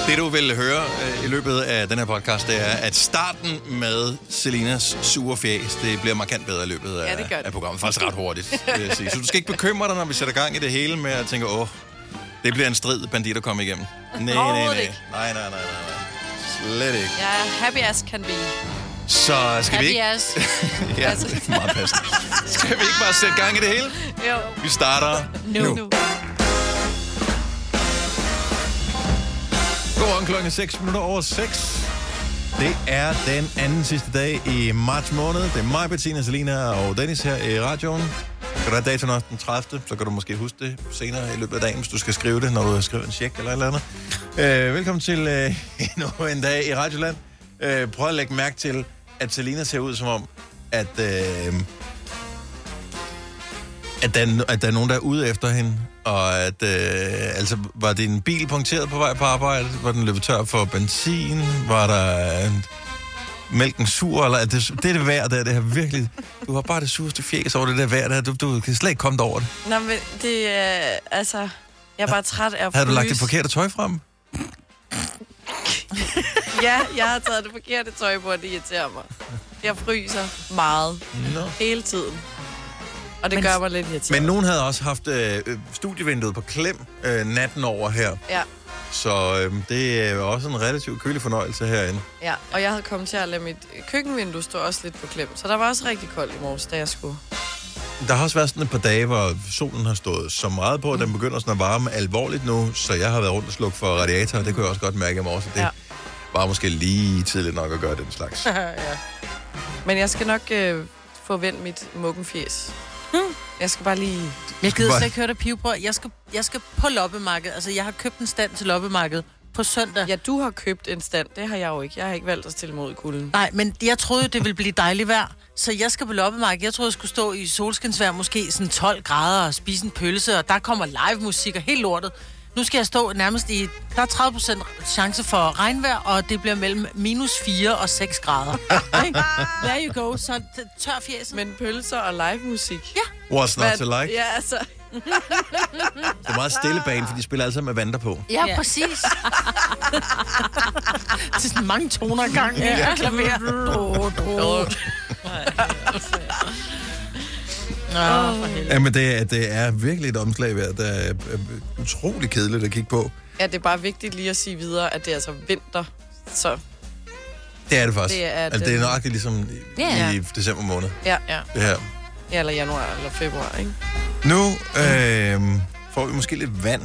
Det, du vil høre i løbet af den her podcast, det er, at starten med Selinas sure fjæs, det bliver markant bedre i løbet af programmet. Faktisk ret hurtigt, vil jeg sige. Så du skal ikke bekymre dig, når vi sætter gang i det hele med at tænke, det bliver en strid, banditter kommer igennem. Nej. Slet ikke. Ja, happy as can be. Så skal vi ikke... Happy as. Ja, det er meget passende. Skal vi ikke bare sætte gang i det hele? Jo. Vi starter nu. Godmorgen, klokken 6:06. Det er den anden sidste dag i marts måned. Det er mig, Bettina, Selina og Dennis her i radioen. Kan du have datoen også den 30., så kan du måske huske det senere i løbet af dagen, hvis du skal skrive det, når du har skrevet en check eller et eller andet. Velkommen til endnu en dag i Radioland. Prøv at lægge mærke til, at Selina ser ud som om, at der er nogen, der er ude efter hende, og at, var din bil punkteret på vej på arbejde? Var den løbet tør for benzin? Var der mælken sur? Eller, det er det vejr der, det her virkelig... Du har bare det sureste fjæs over det der vejr der. Du kan slet ikke komme over det. Nå, men det er... jeg er bare træt af at Havde du lagt det forkerte tøj frem? Ja, jeg har taget det forkerte tøj på, og det irriterer mig. Jeg fryser meget. Hele tiden. Og det gør mig lidt irriteret. Men nogen havde også haft studievinduet på klem natten over her. Ja. Så det er også en relativt kølig fornøjelse herinde. Ja, og jeg havde kommet til at lade mit køkkenvindue stå også lidt på klem. Så der var også rigtig koldt i morges, da jeg skulle. Der har også været sådan et par dage, hvor solen har stået så meget på, at den begynder sådan at varme alvorligt nu. Så jeg har været rundt og slukke for radiatorer. Det kunne jeg også godt mærke i morges. Det var måske lige tidligt nok at gøre den slags. Ja. Men jeg skal nok få vendt mit muggenfjæs. Jeg skal bare lige... Jeg gider slet ikke høre dig pivebrød. Jeg skal på loppemarkedet. Altså, jeg har købt en stand til loppemarkedet på søndag. Ja, du har købt en stand. Det har jeg jo ikke. Jeg har ikke valgt at stille mod i kulden. Nej, men jeg troede, det ville blive dejligt vejr. Så jeg skal på loppemarkedet. Jeg troede, jeg skulle stå i solskinsvejr, måske sådan 12 grader og spise en pølse, og der kommer live musik og helt lortet. Nu skal jeg stå nærmest i... Der er 30% chance for regnvejr, og det bliver mellem -4 og 6 grader. There you go. Så tør fjæs. Men pølser og live musik. Ja. What's not to like? Ja, altså... Det er meget stille bane, for de spiller altså med vanter på. Ja, præcis. Det er sådan mange toner i gang. Ja, klaver. Ja, men det er virkelig et omslag værd. Det er utrolig kedeligt at kigge på. Ja, det er bare vigtigt lige at sige videre, at det er altså vinter, så... Det er det faktisk. Det er nøjagtigt ligesom i december måned. Ja. Det her. Ja, eller januar eller februar, ikke? Nu får vi måske lidt vand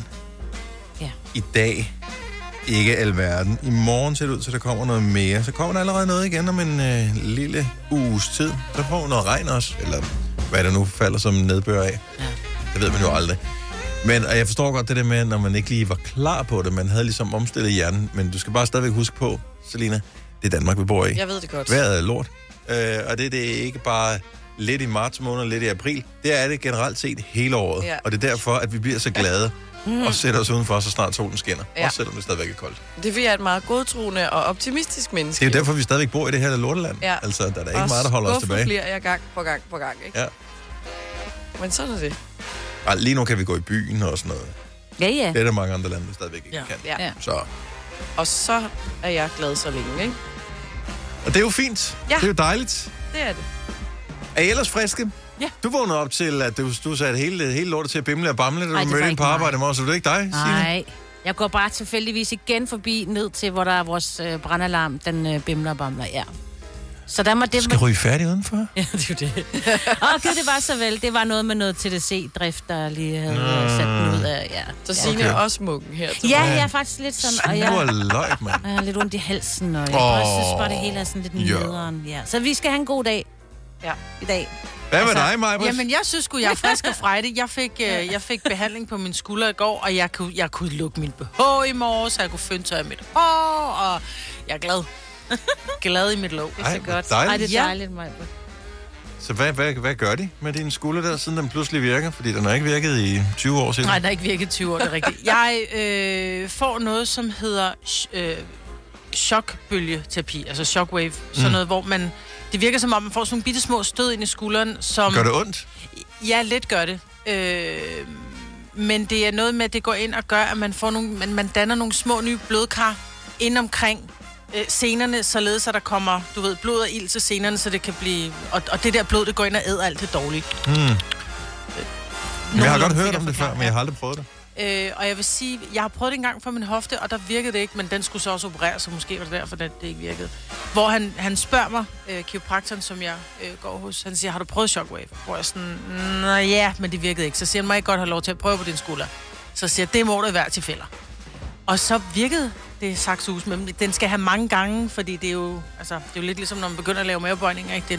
i dag. Ikke alverden. I morgen ser det ud, så der kommer noget mere. Så kommer der allerede noget igen om en lille uges tid. Så får vi noget regn også, eller hvad der nu falder som nedbør af. Ja. Det ved man jo aldrig. Men og jeg forstår godt det der med, når man ikke lige var klar på det. Man havde ligesom omstillet hjernen. Men du skal bare stadigvæk huske på, Selina, det er Danmark, vi bor i. Jeg ved det godt. Vejret er lort. Og det er ikke bare lidt i marts måned, lidt i april. Det er det generelt set hele året. Ja. Og det er derfor, at vi bliver så glade og sætter os udenfor, så snart solen skinner. Ja. Også selvom det stadigvæk er koldt. Det er fordi, jeg er et meget godtroende og optimistisk menneske. Det er jo derfor, vi stadigvæk bor i det her lorteland. Ja. Altså, der er ikke meget, der holder os tilbage. Og bliver jeg gang på gang, ikke? Ja. Men sådan er det. Ej, lige nu kan vi gå i byen og sådan noget. Ja. Det er der mange andre lande, der stadigvæk ikke kan. Ja. Så. Og så er jeg glad så længe, ikke? Og det er jo fint. Ja. Det er jo dejligt. Det er det. Er I ellers friske? Ja. Du vågnede op til, at du satte hele lortet til at bimle og bamle, da du mødte ind på arbejde i morgen, så det er ikke dig, Signe? Nej, jeg går bare tilfældigvis igen forbi ned til, hvor der er vores brandalarm, den bimler og bamler, ja. Så der må det... Skal ryge færdig udenfor? Ja, det er jo det. Okay, det var så vel. Det var noget med noget TDC-drift, der lige havde sat den ud af, ja. Så Signe er også muggen her. Ja, jeg er faktisk lidt sådan... Og jeg har lidt ondt i halsen, og jeg synes bare, det hele er sådan lidt nederen. Ja. Så vi skal have en god dag i dag. Hvad med dig, Majbrit? Jamen, jeg synes sgu, jeg er frisk og frejdig. Jeg fik behandling på min skulder i går, og jeg kunne lukke min BH i morges, så jeg kunne føntøje mit hår, og jeg er glad. Glad i mit lov. Det er så godt. Dejligt. Ej, det er dejligt, Majbrit. Så hvad gør de med din skulder der, siden den pludselig virker? Fordi den har ikke virket i 20 år siden. Nej, den har ikke virket i 20 år, det er rigtigt. Jeg får noget, som hedder chokbølgeterapi, altså shockwave. Sådan noget, hvor man... Det virker som om, man får sådan nogle bitte små stød ind i skulderen, som... Gør det ondt? Ja, lidt gør det. Men det er noget med, at det går ind og gør, at man får man danner nogle små nye blodkar, ind omkring senerne, således at der kommer, du ved, blod og ild til senerne, så det kan blive... Og det der blod, det går ind og æder alt det dårligt. Jeg har godt hørt om det før, men jeg har aldrig prøvet det. Og jeg vil sige, jeg har prøvet det engang for min hofte, og der virkede det ikke, men den skulle så også opereres, så måske var det derfor, det ikke virkede. Hvor han spørger mig, kiropraktoren, som jeg går hos, han siger, har du prøvet Shockwave? Hvor jeg sådan, ja, men det virkede ikke. Så siger han, må jeg godt have lov til at prøve på din skulder? Så siger jeg, det må det være til fælder. Og så virkede det saksus, men den skal have mange gange, fordi det er jo, altså, det er jo lidt ligesom, når man begynder at lave mavebøjninger, ikke?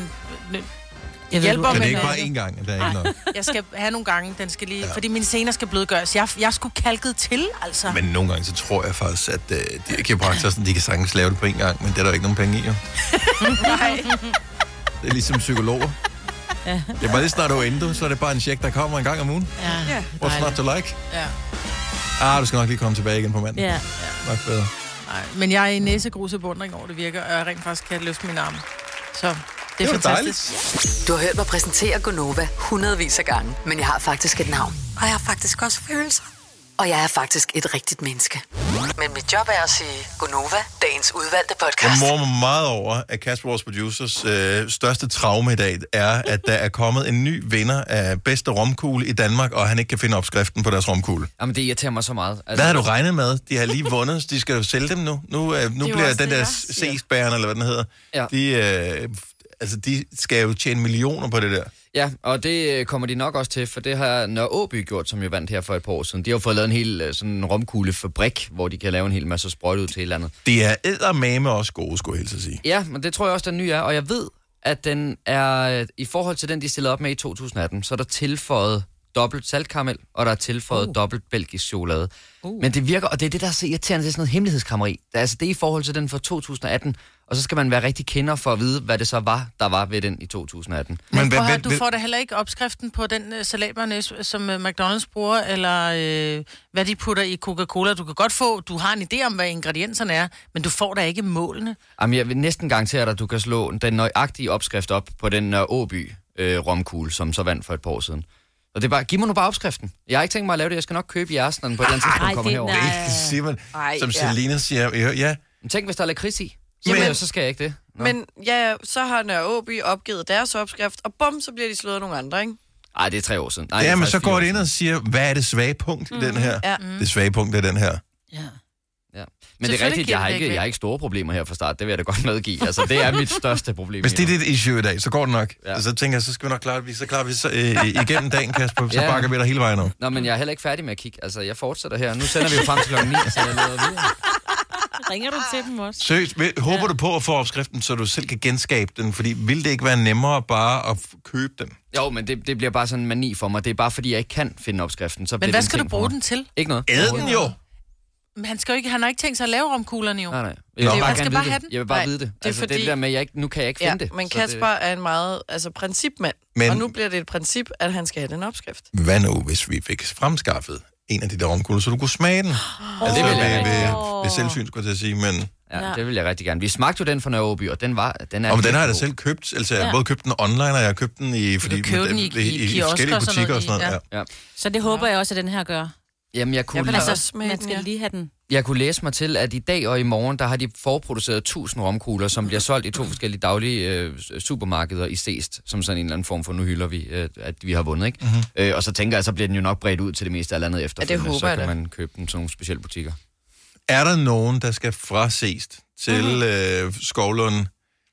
Det hjælper, men det er ikke bare én gang, der er ikke noget. Jeg skal have nogle gange, den skal lige, fordi mine sener skal blødgøres. Jeg skulle kalket til, altså. Men nogle gange, så tror jeg faktisk, at de kiropraktorer, de kan sagtens lave det på én gang, men det er der ikke nogen penge i, jo. Nej. Det er ligesom psykologer. Ja. Det er bare lige snart du ender, så er det bare en check, der kommer en gang om ugen. Ja. What's not to like? Ja. Du skal nok lige komme tilbage igen på mandag. Ja. Nok bedre. Nej, men jeg er i næsegruse beundring over, det virker, og jeg rent faktisk kan løfte mine arme. Så det er fantastisk. Dejligt. Du har hørt mig præsentere Gonova hundredvis af gange, men jeg har faktisk et navn. Og jeg har faktisk også følelser. Og jeg er faktisk et rigtigt menneske. Men mit job er at sige Gonova, dagens udvalgte podcast. Jeg morer mig meget over, at Kasper, vores producers største traume i dag, er, at der er kommet en ny vinder af bedste romkugle i Danmark, og han ikke kan finde opskriften på deres romkugle. Jamen, det irriterer mig så meget. Altså, hvad har du regnet med? De har lige vundet. De skal jo sælge dem nu. Nu bliver den der C-spæren, eller hvad den hedder, de skal jo tjene millioner på det der. Ja, og det kommer de nok også til, for det har Nørre Åby gjort, som jo vandt her for et par år siden. De har jo fået lavet en hel sådan en romkuglefabrik, hvor de kan lave en hel masse sprøjt ud til et eller andet. Det er eddermame også gode, skulle jeg helst sige. Ja, men det tror jeg også, den nye er. Og jeg ved, at den er, i forhold til den, de stillede op med i 2018, så er der tilføjet dobbelt saltkaramel, og der er tilføjet dobbelt belgisk chokolade. Men det virker, og det er det, der er så irriterende, det er sådan noget hemmelighedskrammeri. Det er i forhold til den fra 2018, og så skal man være rigtig kender for at vide, hvad det så var, der var ved den i 2018. Men du får da heller ikke opskriften på den salatmayonnaise, som McDonald's bruger, eller hvad de putter i Coca-Cola. Du kan godt få, du har en idé om, hvad ingredienserne er, men du får da ikke målene. Jamen, jeg vil næsten garantere dig, at du kan slå den nøjagtige opskrift op på den Nørre Åby romkugle, som så vandt for et par år siden. Og det er bare, giv mig nu bare opskriften. Jeg har ikke tænkt mig at lave det, jeg skal nok købe jeres, når den på et eller andet tidspunkt kommer herover. Det siger man, som Selina siger, ja. Men tænk, hvis der er lakrids i. Jamen, så skal jeg ikke det. Nå. Men ja, så har Nørre Åby opgivet deres opskrift, og bum, så bliver de slået af nogle andre, ikke? Nej, det er 3 år siden. Nej, ja, men så går det ind og siger, hvad er det svage punkt i den her? Ja. Det svage punkt er den her. Ja. Men det er rigtigt, jeg har ikke store problemer her fra start. Det vil jeg da godt medgive. Altså, det er mit største problem. Hvis det er dit issue i dag, så går det nok. Ja. Så tænker jeg, så skal vi nok klare det. Så klarer vi så igennem dagen, Kasper. Så bakker vi dig hele vejen op. Nå, men jeg er heller ikke færdig med at kigge. Altså, jeg fortsætter her. Nu sender vi jo frem til klokken 9, så jeg leder videre. Ringer du til dem også? Seriøst, håber du på at få opskriften, så du selv kan genskabe den? Fordi vil det ikke være nemmere bare at købe den? Jo, men det bliver bare sådan en mani for mig. Det er bare fordi, jeg ikke kan finde opskriften. Så men hvad skal du bruge den til? Ikke noget. Æd den jo! Men han har ikke tænkt sig at lave romkuglerne jo. Nej. Han skal bare have den. Jeg vil bare vide det. Det er fordi, det der med, nu kan jeg ikke finde det. Men Kasper er en meget principmand. Men, og nu bliver det et princip, at han skal have den opskrift. Hvad nu, hvis vi fik fremskaffet en af de der romkugler, så du kunne smage den? Altså ved selvsyn, skulle jeg til at sige, men... Ja, det vil jeg rigtig gerne. Vi smagte jo den fra Nørre Åby, og den er den har jeg da selv købt. Altså, jeg har både købt den online, og jeg har købt den i forskellige butikker og sådan noget. Ja. Så det håber jeg også, at den her gør. Jamen, man skal lige have den. Jeg kunne læse mig til, at i dag og i morgen, der har de forproduceret 1000 romkugler, som bliver solgt i 2 forskellige daglige supermarkeder i Seest, som sådan en eller anden form for, nu hylder vi, at vi har vundet, ikke? Mm-hmm. Og så tænker jeg, så bliver den jo nok bredt ud til det meste af landet efterfølgende, så kan man købe den til nogle specielle butikker. Er der nogen, der skal fra Seest til Skovlund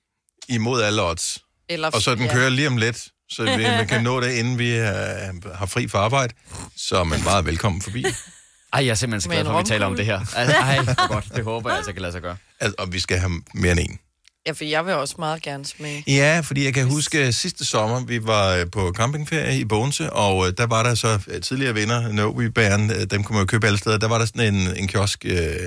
imod alle odds? Og så den kører lige om lidt, så man kan nå det, inden vi har fri for arbejde, så er man meget velkommen forbi. Ej, jeg er simpelthen så glad for, at vi taler om det her. Ej, det er godt. Det håber jeg altså kan lade sig gøre. Altså, og vi skal have mere end en. Ja, for jeg vil også meget gerne smage. Ja, fordi jeg kan huske sidste sommer, vi var på campingferie i Bogense, og der var der så tidligere vinder, Nåby-bæren, dem kunne man jo købe alle steder. Der var der sådan en kiosk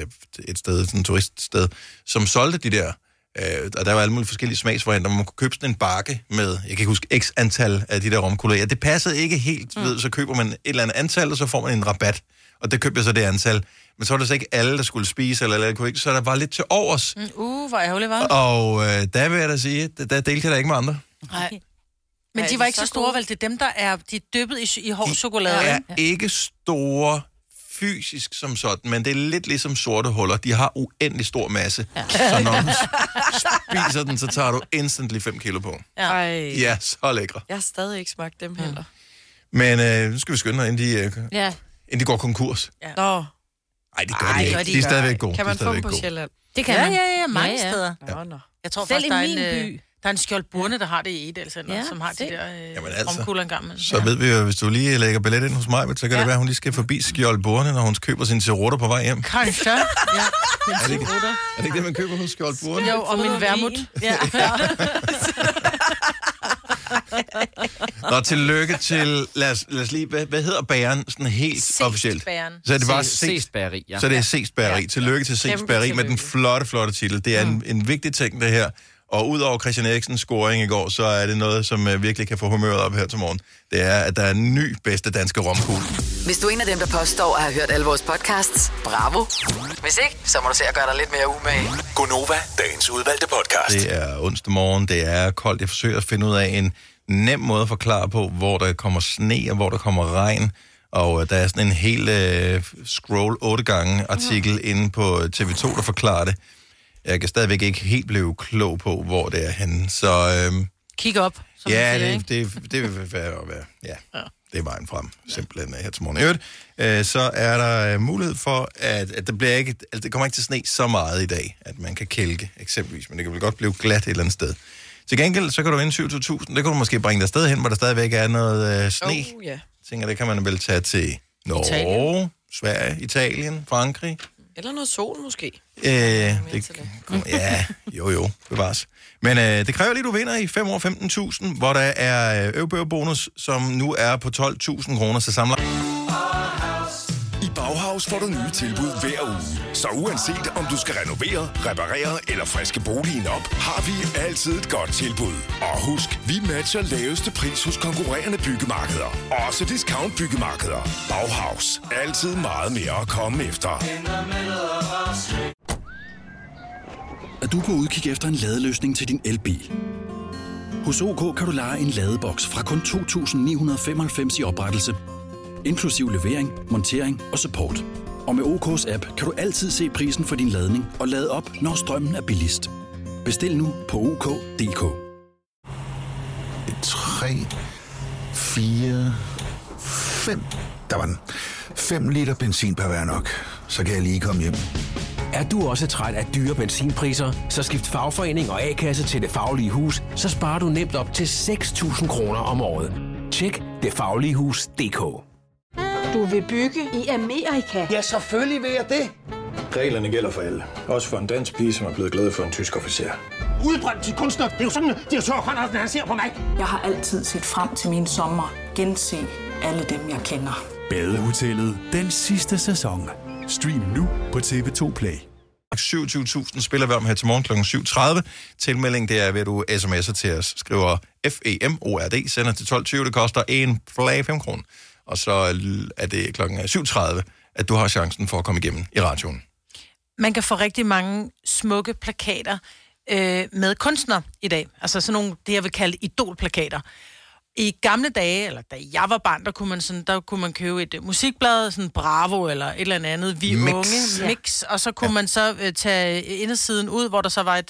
et sted, sådan et turiststed, som solgte de der. Og der var alle mulige forskellige smagsvarianter, hvor man kunne købe sådan en bakke med, jeg kan ikke huske, x antal af de der romkugler. Ja, det passede ikke helt, ved, så køber man et eller andet antal, og så får man en rabat. Og det købte jeg så det antal. Men så var det så ikke alle, der skulle spise, eller kunne ikke, så der var lidt til overs. Hvor ærgerligt var. Og der vil jeg da sige, der delte jeg da ikke med andre. Nej. Men de var ikke så store, vel? Det er dem, der er de dyppet i hård chokolade. De er ikke store, fysisk som sådan, men det er lidt ligesom sorte huller. De har uendelig stor masse. Ja. Så når du spiser den, så tager du instantly 5 kilo på. Ja. Ja, så lækre. Jeg har stadig ikke smagt dem heller. Men nu skal vi skynde, inden de går konkurs. Ja. Nå. Nej, det gør de ikke. De er stadigvæk gode. Kan man få dem på Sjælland? Det kan man. Ja, mange steder. Nå. Jeg tror faktisk, der er en Skjold Burne, der har det i Edalcenter, som har de der romkugler engang. Så ved vi jo, hvis du lige lægger billet ind hos mig, så kan det være, at hun lige skal forbi Skjold Burne, når hun køber sine cerutter på vej hjem. Kanskje, ja. Er det ikke det, man køber hos Skjold Burne? Jo, og min vermut. Ja. Nå, tillykke til, lad os lige, hvad hedder bageren sådan helt officielt? Så er det bare Seest Bageri, ja. Så det er Seest Bageri. Ja. Tillykke til Seest Bageri med den flotte titel. Det er en vigtig ting, det her. Og udover Christian Eriksens scoring i går, så er det noget, som virkelig kan få humøret op her til morgen. Det er, at der er en ny bedste danske romkugle. Hvis du er en af dem, der påstår at have hørt alle vores podcasts, bravo. Hvis ikke, så må du se at gøre dig lidt mere umage. Gonova, dagens udvalgte podcast. Det er onsdag morgen, det er koldt. Jeg forsøger at finde ud af en nem måde at forklare på, hvor der kommer sne og hvor der kommer regn. Og der er sådan en hel scroll 8 gange artikel inde på TV2, der forklarer det. Jeg kan stadigvæk ikke helt blive klog på, hvor det er henne. Så kig op. Ja, det vil være, ja, det er vejen frem, simpelthen her til morgen. I øvrigt, så er der mulighed for, at det kommer ikke til sne så meget i dag, at man kan kælke eksempelvis, men det kan vel godt blive glat et eller andet sted. Til gengæld, så kan du vinde 27.000. Det kan du måske bringe dig sted hen, hvor der stadigvæk er noget sne. Jeg tænker, det kan man vel tage til Norge, Sverige, Italien, Frankrig. Eller noget sol måske. Jo, bevares. Men det kræver lige, du vinder i 5 år 15.000, hvor der er øvbøvebonus, som nu er på 12.000 kroner, så samler. I Bauhaus får du nye tilbud hver uge. Så uanset om du skal renovere, reparere eller friske boligen op, har vi altid et godt tilbud. Og husk, vi matcher laveste pris hos konkurrerende byggemarkeder. Også discount byggemarkeder. Bauhaus. Altid meget mere at komme efter. Er du på udkig efter en ladeløsning til din elbil? Hos OK kan du leje en ladeboks fra kun 2.995 i oprettelse, inklusiv levering, montering og support. Og med OK's app kan du altid se prisen for din ladning og lade op, når strømmen er billigst. Bestil nu på OK.dk. 3, 4, 5. Der var den. 5 liter benzin per hver nok. Så kan jeg lige komme hjem. Er du også træt af dyre benzinpriser, så skift fagforening og A-kasse til Det Faglige Hus, så sparer du nemt op til 6.000 kroner om året. Tjek detfagligehus.dk. Du vil bygge i Amerika? Ja, selvfølgelig vil jeg det. Reglerne gælder for alle. Også for en dansk pige, som er blevet glad for en tysk officer. Udbrændt til kunstner. Det er jo sådan, at de har tørt, han ser på mig. Jeg har altid set frem til min sommer. Gense alle dem, jeg kender. Badehotellet den sidste sæson. Stream nu på TV2 Play. 27.000 spiller vi om her til morgen kl. 7.30. Tilmelding, det er ved, at du sms'er til os. Skriver FEMORD, sender til 12.20. Det koster en flag 5 kroner. Og så er det kl. 7.30, at du har chancen for at komme igennem i radioen. Man kan få rigtig mange smukke plakater med kunstnere i dag. Altså sådan nogle, det jeg vil kalde idolplakater. I gamle dage, eller da jeg var barn, der kunne man købe et musikblad, sådan Bravo eller et eller andet, Vi Mix. Unge, Mix, og så kunne man så tage indersiden ud, hvor der så var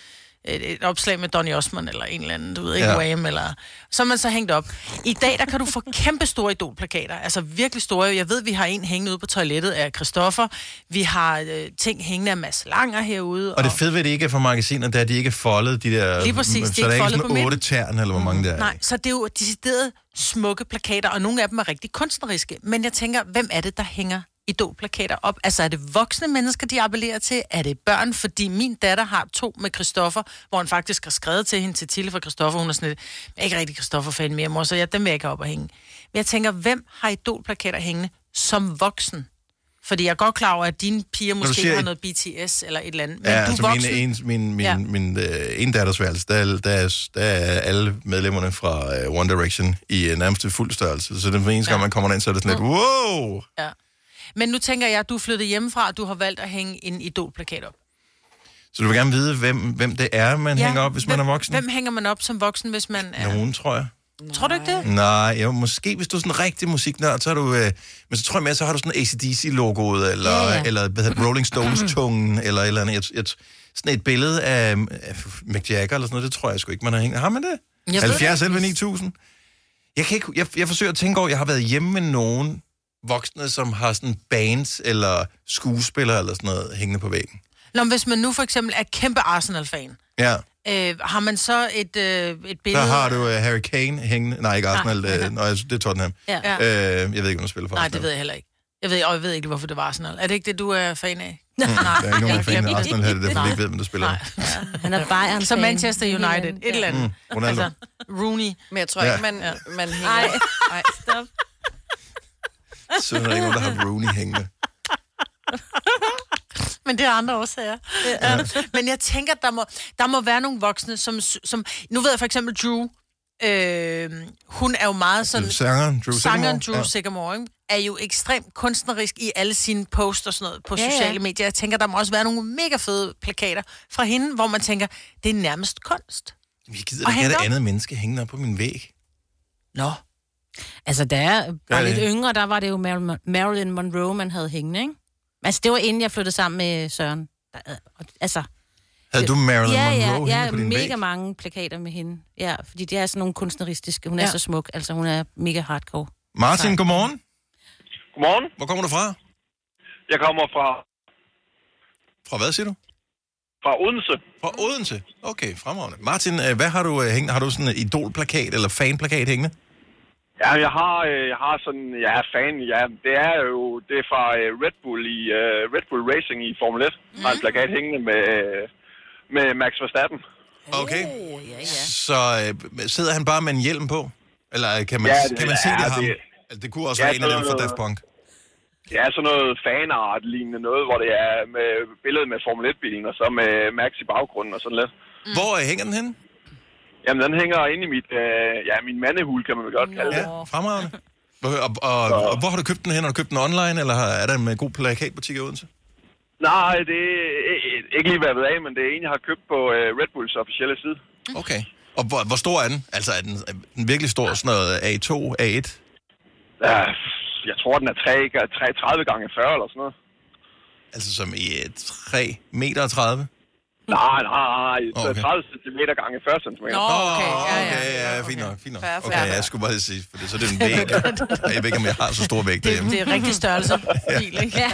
et opslag med Donny Osmond eller en eller anden, du ved ikke, Wham, eller så man så hængt op. I dag, der kan du få kæmpe store idolplakater, altså virkelig store. Jeg ved, vi har en hængende ude på toilettet af Christoffer. Vi har ting hængende af Mads Langer herude. Og det fede ved det ikke er for magasiner, der de ikke er foldet, de der. Lige præcis, så der er ikke sådan 8 tern, eller hvor mange der er. Nej, så det er jo decideret smukke plakater, og nogle af dem er rigtig kunstneriske. Men jeg tænker, hvem er det, der hænger idolplakater op? Altså, er det voksne mennesker, de appellerer til? Er det børn? Fordi min datter har 2 med Christoffer, hvor han faktisk har skrevet til hende til Tille for Christoffer. Hun er sådan lidt, jeg er ikke rigtig Christoffer-fan mere, mor, så dem vil jeg ikke op og hænge. Men jeg tænker, hvem har idolplakater hængende som voksen? Fordi jeg er godt klar over, at dine piger måske har noget BTS eller et eller andet. Men ja, du altså voksen... min ene datters værelse, der er alle medlemmerne fra One Direction i nærmest fuld størrelse. Så den eneste gang, man kommer ind, så er det sådan lidt, wow! Ja. Men nu tænker jeg, at du er flyttet hjemmefra, og du har valgt at hænge en idolplakat op. Så du vil gerne vide, hvem det er, man hænger op, hvis man er voksen? Hvem hænger man op som voksen, hvis man er... Nogen, tror jeg. Tror du ikke det? Nej, jo, måske hvis du er sådan en rigtig musiknørd, så har du... men så tror jeg mere, så har du sådan AC/DC-logoet, eller hvad hedder Rolling Stones-tungen, eller et eller andet. Sådan et billede af Mick Jagger, eller sådan noget, det tror jeg sgu ikke, man har hængt. Har man det? 70 11 9000? Jeg forsøger at tænke over, jeg har været hjemme med nogen voksne, som har sådan bands, eller skuespillere, eller sådan noget, hængende på væggen. Nå, hvis man nu for eksempel er kæmpe Arsenal-fan, har man så et billede... Der har du Harry Kane hængende. Nej, ikke Arsenal. Det er Tottenham. Jeg ved ikke, om du spiller for Nej, Arsenal. det ved jeg heller ikke. Jeg ved ikke, hvorfor det var Arsenal. Er det ikke det, du er fan af? Nej. Der er ikke nogen, der er fan af Arsenal her, det er derfor, de ikke ved, hvem du spiller. Han er Bayern. Så Manchester United. Et eller andet. Ronaldo. Altså, Rooney. Men jeg tror ikke, man hænger... Nej, stop. Så er der ikke nogen, der har Rooney hængende. Men det er andre årsager. Ja. Men jeg tænker, der må være nogle voksne, som... Nu ved jeg for eksempel Drew. Hun er jo meget sådan... Sangeren Drew Sycamore, ikke? Er jo ekstremt kunstnerisk i alle sine posts og sådan noget på sociale medier. Jeg tænker, der må også være nogle mega fede plakater fra hende, hvor man tænker, det er nærmest kunst. Jeg gider ikke have et andet menneske hængende op på min væg. Nå. Altså, da jeg var lidt yngre, der var det jo Marilyn Monroe, man havde hængende, ikke? Altså, det var inden jeg flyttede sammen med Søren. Altså... Havde du Marilyn Monroe hængende på din væg? Ja, mega mange plakater med hende. Ja, fordi det er sådan nogle kunstneristiske. Hun er så smuk. Altså, hun er mega hardcore. Martin, godmorgen. Godmorgen. Hvor kommer du fra? Jeg kommer fra... Fra hvad, siger du? Fra Odense. Fra Odense? Okay, fremragende. Martin, hvad har du hængende? Har du sådan en idolplakat eller fanplakat hængende? Ja, jeg har sådan... Jeg er fan. Ja, det er fra Red Bull i Red Bull Racing i Formel 1. Der er en plakat hængende med Max Verstappen. Okay. Så sidder han bare med en hjelm på? Eller kan man se det ham? Det kunne også være en af dem fra Daft Punk. Ja, sådan noget fanart-lignende noget, hvor det er med billedet med Formel 1-bilen, og så med Max i baggrunden og sådan lidt. Hvor hænger den henne? Jamen, den hænger inde i min mandehul, kan man vel godt kalde det. Ja, fremragende. Og hvor har du købt den hen? Har du købt den online, eller er der en god plakatbutik i Odense? Nej, det er ikke lige været af, men det er en, jeg har købt på Red Bulls officielle side. Okay. Og hvor stor er den? Altså, er den virkelig stor? Sådan noget A2, A1? Ja, jeg tror, den er 30 gange 40 eller sådan noget. Altså som i 3 meter 30? Nej, 30 cm gange 40 cm. Nå, okay. Ja, fint nok. Okay, jeg skulle bare sige, for så er det en væg. Jeg ved ikke, om jeg har så stor vægt derhjemme. Det er rigtig størrelse. Bil, ikke? Ja.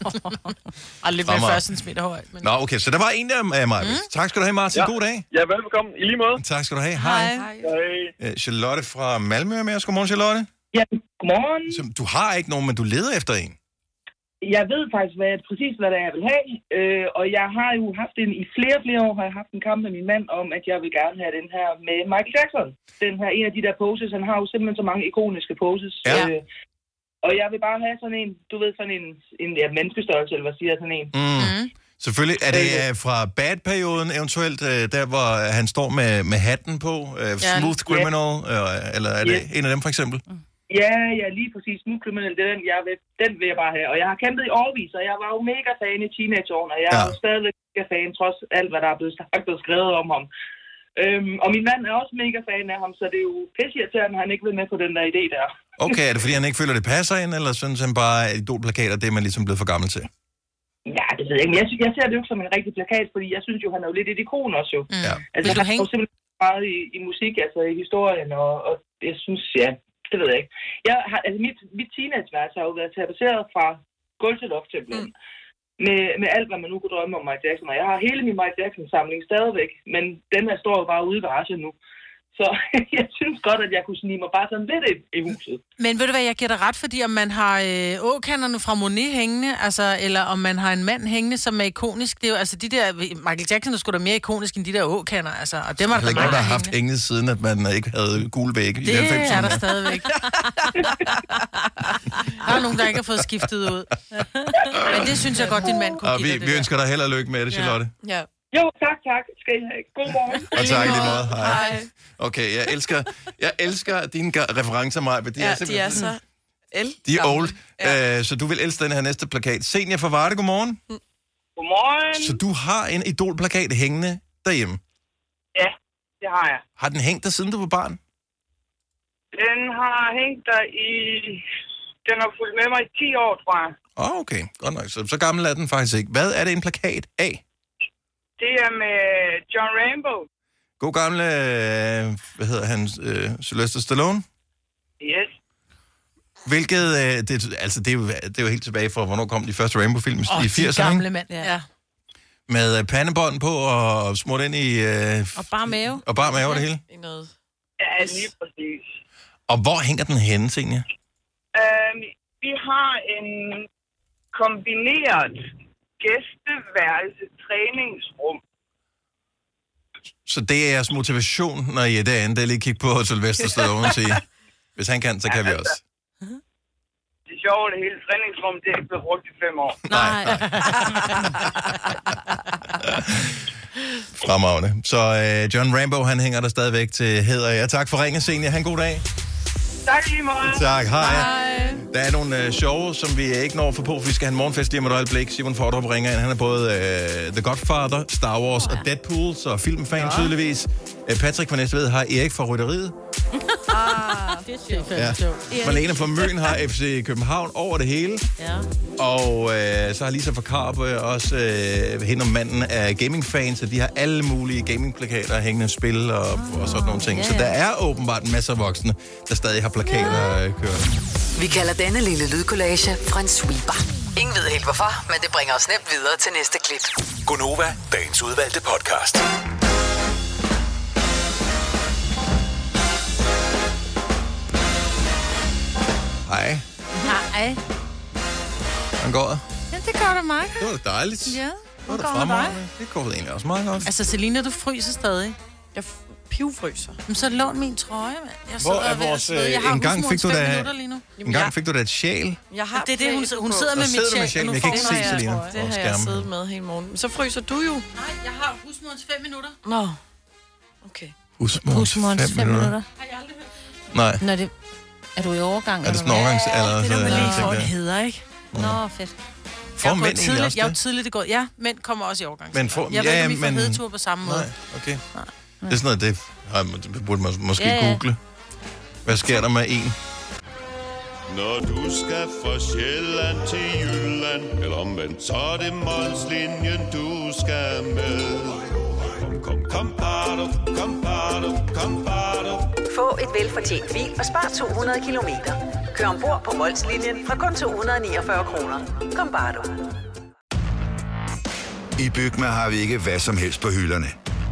Og lidt mere 40 cm høj. Men... Nå, okay, så der var en der af mig. Tak skal du have, Martin. God dag. Ja, velbekomme. I lige måde. Tak skal du have. Hej. Charlotte fra Malmø er med os. Godmorgen, Charlotte. Ja, godmorgen. Så, du har ikke nogen, men du leder efter en. Jeg ved faktisk præcis, hvad det er, jeg vil have. Og jeg har jo haft i flere år, har jeg haft en kamp med min mand om, at jeg vil gerne have den her med Michael Jackson. Den her, en af de der poses, han har jo simpelthen så mange ikoniske poses. Ja. Og jeg vil bare have sådan en, du ved, sådan en menneskestørrelse, eller hvad siger sådan en. Selvfølgelig. Er det fra Bad-perioden eventuelt, der hvor han står med hatten på? Smooth Criminal? Eller er det en af dem for eksempel? Ja, lige præcis. Smooth Criminal, det er den vil jeg bare have. Og jeg har kæmpet i årevis, og jeg var jo mega fan i teenageårene, og jeg er jo stadigvæk mega fan, trods alt, hvad der er blevet sagt og skrevet om ham. Og min mand er også mega fan af ham, så det er jo pisseirriterende, at han ikke vil med på den der idé der. Okay, er det fordi, han ikke føler, det passer ind, eller synes han bare, at idolplakater, det er man ligesom blevet for gammel til? Ja, det ved jeg ikke, men jeg ser det jo ikke som en rigtig plakat, fordi jeg synes jo, han er jo lidt et ikon også jo. Ja. Altså, han er jo simpelthen meget i musik, altså i historien, og jeg synes, det ved jeg ikke. Mit teenageværelse har jo været tapetseret fra gulv til loft simpelthen. Med alt, hvad man nu kunne drømme om Michael Jackson. Og jeg har hele min Michael Jackson-samling stadigvæk, men den her står jo bare ude i garagen nu. Så jeg synes godt, at jeg kunne snige mig bare sådan lidt i huset. Men ved du hvad, jeg giver dig ret, fordi om man har åkanderne fra Monet hængende, altså, eller om man har en mand hængende, som er ikonisk, det er jo, altså de der, Michael Jackson er sgu da mere ikonisk end de der åkander, altså, og dem er der mange, der har haft hængende siden, at man ikke havde gule vægge i 90'erne. Det er der stadigvæk. Der er nogen, der ikke har fået skiftet ud. Men det synes jeg godt, din mand kunne give dig. Vi ønsker dig held og lykke med det, Charlotte. Ja. Jo, tak. Skal I have god morgen. Og tak lige måde. Hej. Okay, jeg elsker dine referencer, Maja. De er så de er old. Ja. Så du vil elske den her næste plakat. Senior fra Varde, godmorgen. Godmorgen. Så du har en idolplakat hængende derhjemme? Ja, det har jeg. Har den hængt der, siden du var barn? Den har hængt der i... Den har fulgt med mig i 10 år, tror jeg. Okay, godt nok. Så gammel er den faktisk ikke. Hvad er det en plakat af? Det er med John Rambo. God gamle, hvad hedder han, Sylvester Stallone? Yes. Hvilket, det er jo helt tilbage fra, hvornår kom de første Rambo-film i 80'erne, de gamle mand, ja. Med pandebånd på og smurt ind i... og bare mave. Og bare mave det hele. I noget. Ja, lige præcis. Og hvor hænger den henne, Senja? Vi har en kombineret gæsteværelse-træningsrum. Så det er jeres motivation, når I er derinde, der lige kigge på Sylvester Stallone og sige, hvis han kan, så kan vi også. Det sjove, det hele træningsrum, det er ikke blevet brugt i 5 år. Nej. Fremragende. Så John Rambo, han hænger der stadigvæk til hæder. Ja, tak for ringen, Senja. Ha' en god dag. Tak lige meget. Tak, hej. Der er nogle shows, som vi ikke når for vi skal have en morgenfest lige om et øjeblik. Simon Fordrup ringer ind. Han er både The Godfather, Star Wars og Deadpool, så filmfan tydeligvis. Patrick fra Næstved har Erik fra Rytteriet. Det er sjovt. Ja. Marlene fra Møn har FC København over det hele. Ja. Og så har Lisa fra Karp også hende og manden af gamingfans, så de har alle mulige gamingplakater, hængende spil og sådan nogle ting. Så der er åbenbart masser af voksne, der stadig har plakater kørende. Vi kalder denne lille lydkollage en sweeper. Ingen ved helt hvorfor, men det bringer os nemt videre til næste klip. Gonova, dagens udvalgte podcast. Hej. Hej. Hvordan går det? Ja, det går da meget. Det var da dejligt. Ja, det går med dig. Det går egentlig også meget godt. Altså, Selina, du fryser stadig. Jeg pivfryser. Men så lån min trøje, mand. Hvor er vores... En gang fik du da et sjæl. Jeg har det er det, hun sidder med mit sjæl. Jeg kan ikke se, Selina. Det har jeg siddet med hele morgen. Så fryser du jo. Nej, jeg har husmorens 5 minutter. Nå. Okay. Husmorens 5 minutter. Har jeg aldrig hørt det? Nej. Når det... Er du i overgang? Er det sådan en overgangsalder? Det er der, man lige får en heder, ikke? Nå, fedt. Får mænd egentlig også det? Jeg er tidligt i går. Ja, mænd kommer også i overgang. Jeg ved ikke, om I får hedetur på samme måde. Nej, okay. Nej. Det er sådan noget, det burde man måske google. Hvad sker der med en? Når du skal fra Sjælland til Jylland, eller omvendt, så er det Molslinjen, du skal med. Kom, bado, kom, bado. Få et velfortjent bil og spar 200 kilometer. Kør ombord på Molslinjen fra kun 249 kroner. Kom bare du. I Bygma har vi ikke hvad som helst på hylderne.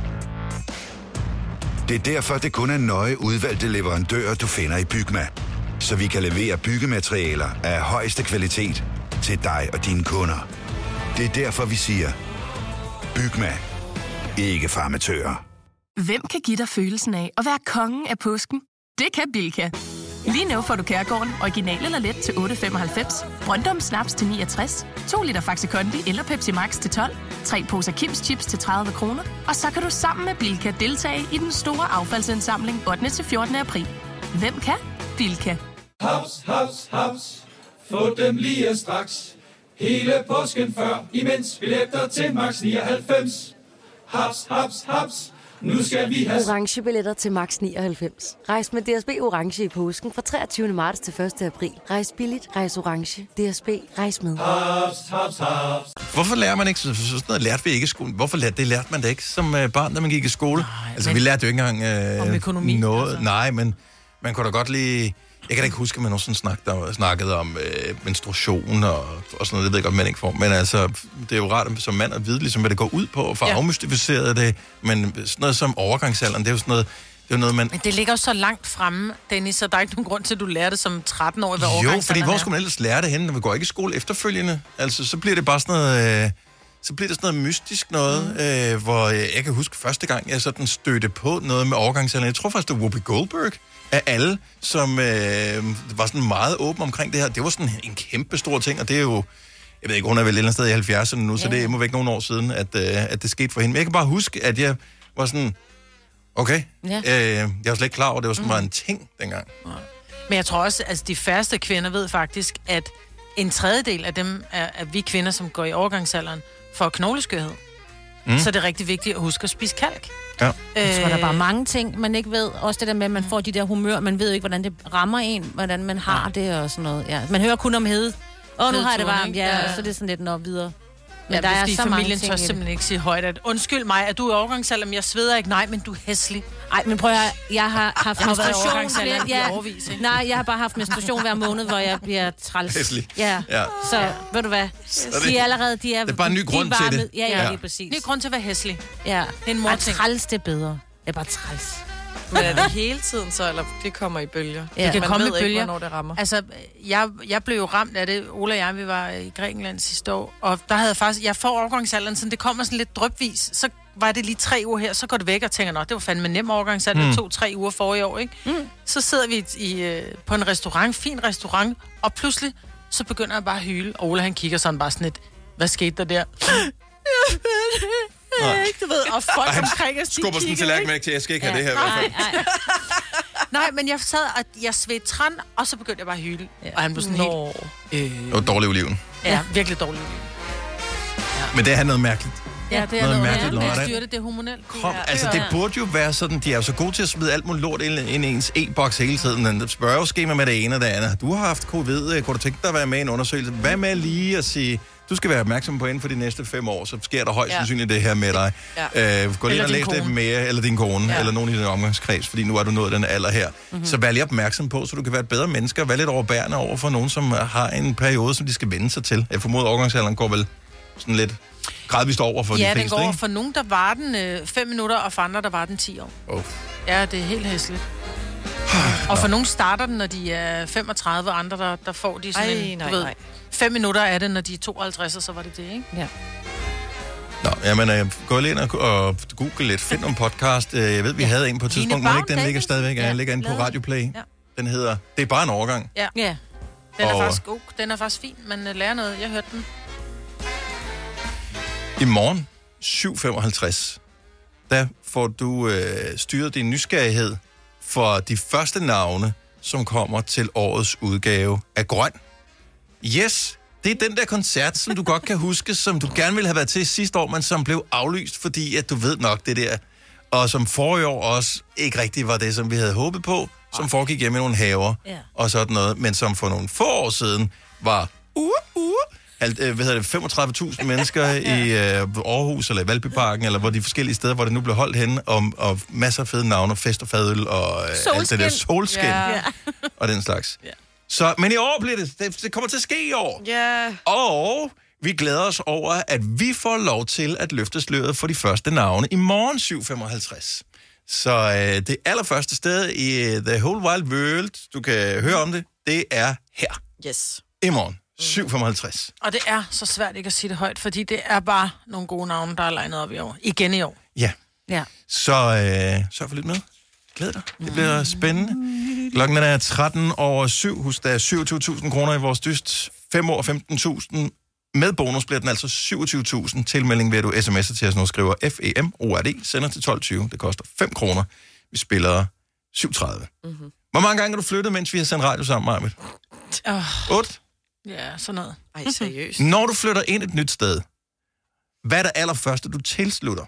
Det er derfor, det kun er nøje udvalgte leverandører, du finder i Bygma. Så vi kan levere byggematerialer af højeste kvalitet til dig og dine kunder. Det er derfor, vi siger, Bygma. Ikke farmatører. Hvem kan give dig følelsen af at være kongen af påsken? Det kan Bilka. Lige nu får du Kærgården original eller let til 8,95, Brøndum Snaps til 69, 2 liter Faxi Kondi eller Pepsi Max til 12, 3 poser Kims Chips til 30 kroner, og så kan du sammen med Bilka deltage i den store affaldsindsamling 8. til 14. april. Hvem kan? Bilka. Haps, haps, haps. Få dem lige straks. Hele påsken før, imens billetter til max 99. Haps, haps, haps. Nu skal vi have orange billetter til max 99. Rejs med DSB orange i påsken fra 23. marts til 1. april. Rejs billigt, rejs orange. DSB, rejs med. Haps, haps, haps. Hvorfor lærer man ikke sådan noget? Lærte vi ikke i skolen. Hvorfor lærte man det ikke som barn, da man gik i skole? Altså, vi lærte jo ikke engang om økonomi, noget. Altså. Nej, men man kunne da godt lige... Jeg kan da ikke huske, at man nogensinde snakkede om menstruation og sådan noget. Det ved jeg godt, man ikke får. Men altså, det er jo rart som mand at vide, ligesom, hvad det går ud på, og få afmystificeret det. Men sådan noget som overgangsalderen, det er jo sådan noget... Det er noget, man... Men det ligger jo så langt fremme, Dennis, så der er ikke nogen grund til, at du lærer det som 13-årig, hvad overgangsalderen er. Jo, fordi hvor skulle man ellers lære det henne, når vi går ikke i skole efterfølgende? Altså, så bliver det bare sådan noget... Så bliver det sådan noget mystisk noget, hvor jeg kan huske første gang, jeg sådan stødte på noget med overgangsalderen. Jeg tror faktisk, det var Whoopi Goldberg af alle, som var sådan meget åben omkring det her. Det var sådan en kæmpe stor ting, og det er jo... Jeg ved ikke, hun er vel et eller andet sted i 70'erne nu, så det er må væk nogle år siden, at det skete for hende. Men jeg kan bare huske, at jeg var sådan... Okay, jeg var slet ikke klar over, at det var sådan meget en ting dengang. Men jeg tror også, at de færreste kvinder ved faktisk, at en tredjedel af dem er vi kvinder, som går i overgangsalderen, får knogleskørhed. Så det er rigtig vigtigt at huske at spise kalk. Ja. Jeg tror, der er bare mange ting, man ikke ved. Også det der med, at man får de der humør. Man ved jo ikke, hvordan det rammer en, hvordan man har det og sådan noget. Ja. Man hører kun om hede. Nu har jeg det varmt, ja. Så det er sådan lidt noget videre. Men der er fordi så familien mange tør ting simpelthen ikke sige højt, at undskyld mig, er du i overgangsalder, men jeg sveder ikke. Nej, men du er hæslig. Ej, men prøv at jeg har haft Jeg har været i menstruation overgangsalder i flere... årevis, ikke? Nej, jeg har bare haft menstruation hver måned, hvor jeg bliver træls. Hæslig. Ja. Ja. Så, ved du hvad? De er allerede... De er, det er bare en ny grund til det. Ja, lige præcis. Ny grund til at være hæslig. Ja. Det er en morting. Træls, det er bedre. Det er bare træls. Men er det hele tiden så, eller det kommer i bølger? Ja. Det kan komme i bølger. Ikke, hvornår det rammer. Altså, jeg blev jo ramt af det. Ola og jeg, vi var i Grækenland sidste år, og der havde jeg faktisk... Jeg får overgangsalderen, så det kommer sådan lidt drypvis. Så var det lige 3 uger her, så går det væk og tænker, det var fandme nem overgangsalder, 2-3 uger forrige år, ikke? Så sidder vi på en restaurant, fin restaurant, og pludselig, så begynder jeg bare at hyle, og Ola han kigger sådan bare sådan lidt, hvad skete der der? Du ved, og folk omkring os, de skubber sådan til lærkmærke til, jeg skal ikke have det her i hvert fald. Nej, men jeg sad, og jeg svedte træn, og så begyndte jeg bare at hyle. Og han blev sådan helt... Det var dårlig oliven. Ja, virkelig dårlig oliven. Men det er noget mærkeligt. Ja, det er noget mærkeligt. Det er hormonelt. Altså, det burde jo være sådan, de er jo så gode til at smide alt muligt lort ind i ens e-boks hele tiden. Men spørgeskema med det ene og det andet. Du har haft covid, kunne du tænke dig at være med i en undersøgelse? Hvad med lige at sige, du skal være opmærksom på inden for de næste 5 år, så sker der højst sandsynligt det her med dig. Gå lige og læs det mere, eller din kone, eller nogen i din omgangskreds, fordi nu er du nået den alder her. Så vær lige opmærksom på, så du kan være et bedre menneske, og være lidt overbærende over for nogen, som har en periode, som de skal vende sig til. Jeg formoder, overgangsalderen går vel sådan lidt gradvist over for de fleste, Ja, den går over ikke? for nogen, der var den 5 minutter, og for andre, der var den 10 år. Ja, det er helt hæsligt. Og for nogen starter den, når de er 35, og andre, der får de sådan du ved, 5 minutter er det, når de er 52, og så var det det, ikke? Ja. Nå, jamen, gå lige ind og google lidt. Find nogle podcast. Jeg ved, vi havde en på et tidspunkt, men ikke den ligger stadigvæk. Den ligger inde på Radioplay. Ja. Den hedder Det er bare en overgang. Ja. Den er faktisk god. Den er faktisk fin. Man lærer noget. Jeg hørte den. I morgen, 7.55, der får du styret din nysgerrighed for de første navne, som kommer til årets udgave af Grøn. Yes, det er den der koncert, som du godt kan huske, som du gerne ville have været til sidste år, men som blev aflyst, fordi at du ved nok det der. Og som forrige år også ikke rigtig var det, som vi havde håbet på, som foregik hjemme i nogle haver og sådan noget, men som for nogle få år siden var 35.000 mennesker i Aarhus eller i Valbyparken, eller hvor de forskellige steder, hvor det nu blev holdt henne, og masser af fede navne, fest og fadøl og alt det der solskin og den slags. Så, men i år bliver det kommer til at ske i år. Og vi glæder os over, at vi får lov til at løfte sløret for de første navne i morgen 7.55. Så det allerførste sted i The Whole Wild World, du kan høre om det, det er her. Yes. I morgen. 7.55. Og det er så svært ikke at sige det højt, fordi det er bare nogle gode navne, der er legnet op i år. Igen i år. Ja. Så sørg for lidt med. Glæd dig. Det bliver spændende. Klokken er 7:13. Husk, der er 27.000 kroner i vores dyst. 5 år 15.000. Med bonus bliver den altså 27.000. Tilmelding ved, at du sms'er til os nu, skriver FEMORD, sender til 12.20. Det koster 5 kroner. Vi spiller 7.30. Hvor mange gange har du flyttet, mens vi har sendt radio sammen, Marvitt? 8? Ja, sådan noget. Ej, seriøst. Når du flytter ind et nyt sted, hvad er det allerførste, du tilslutter?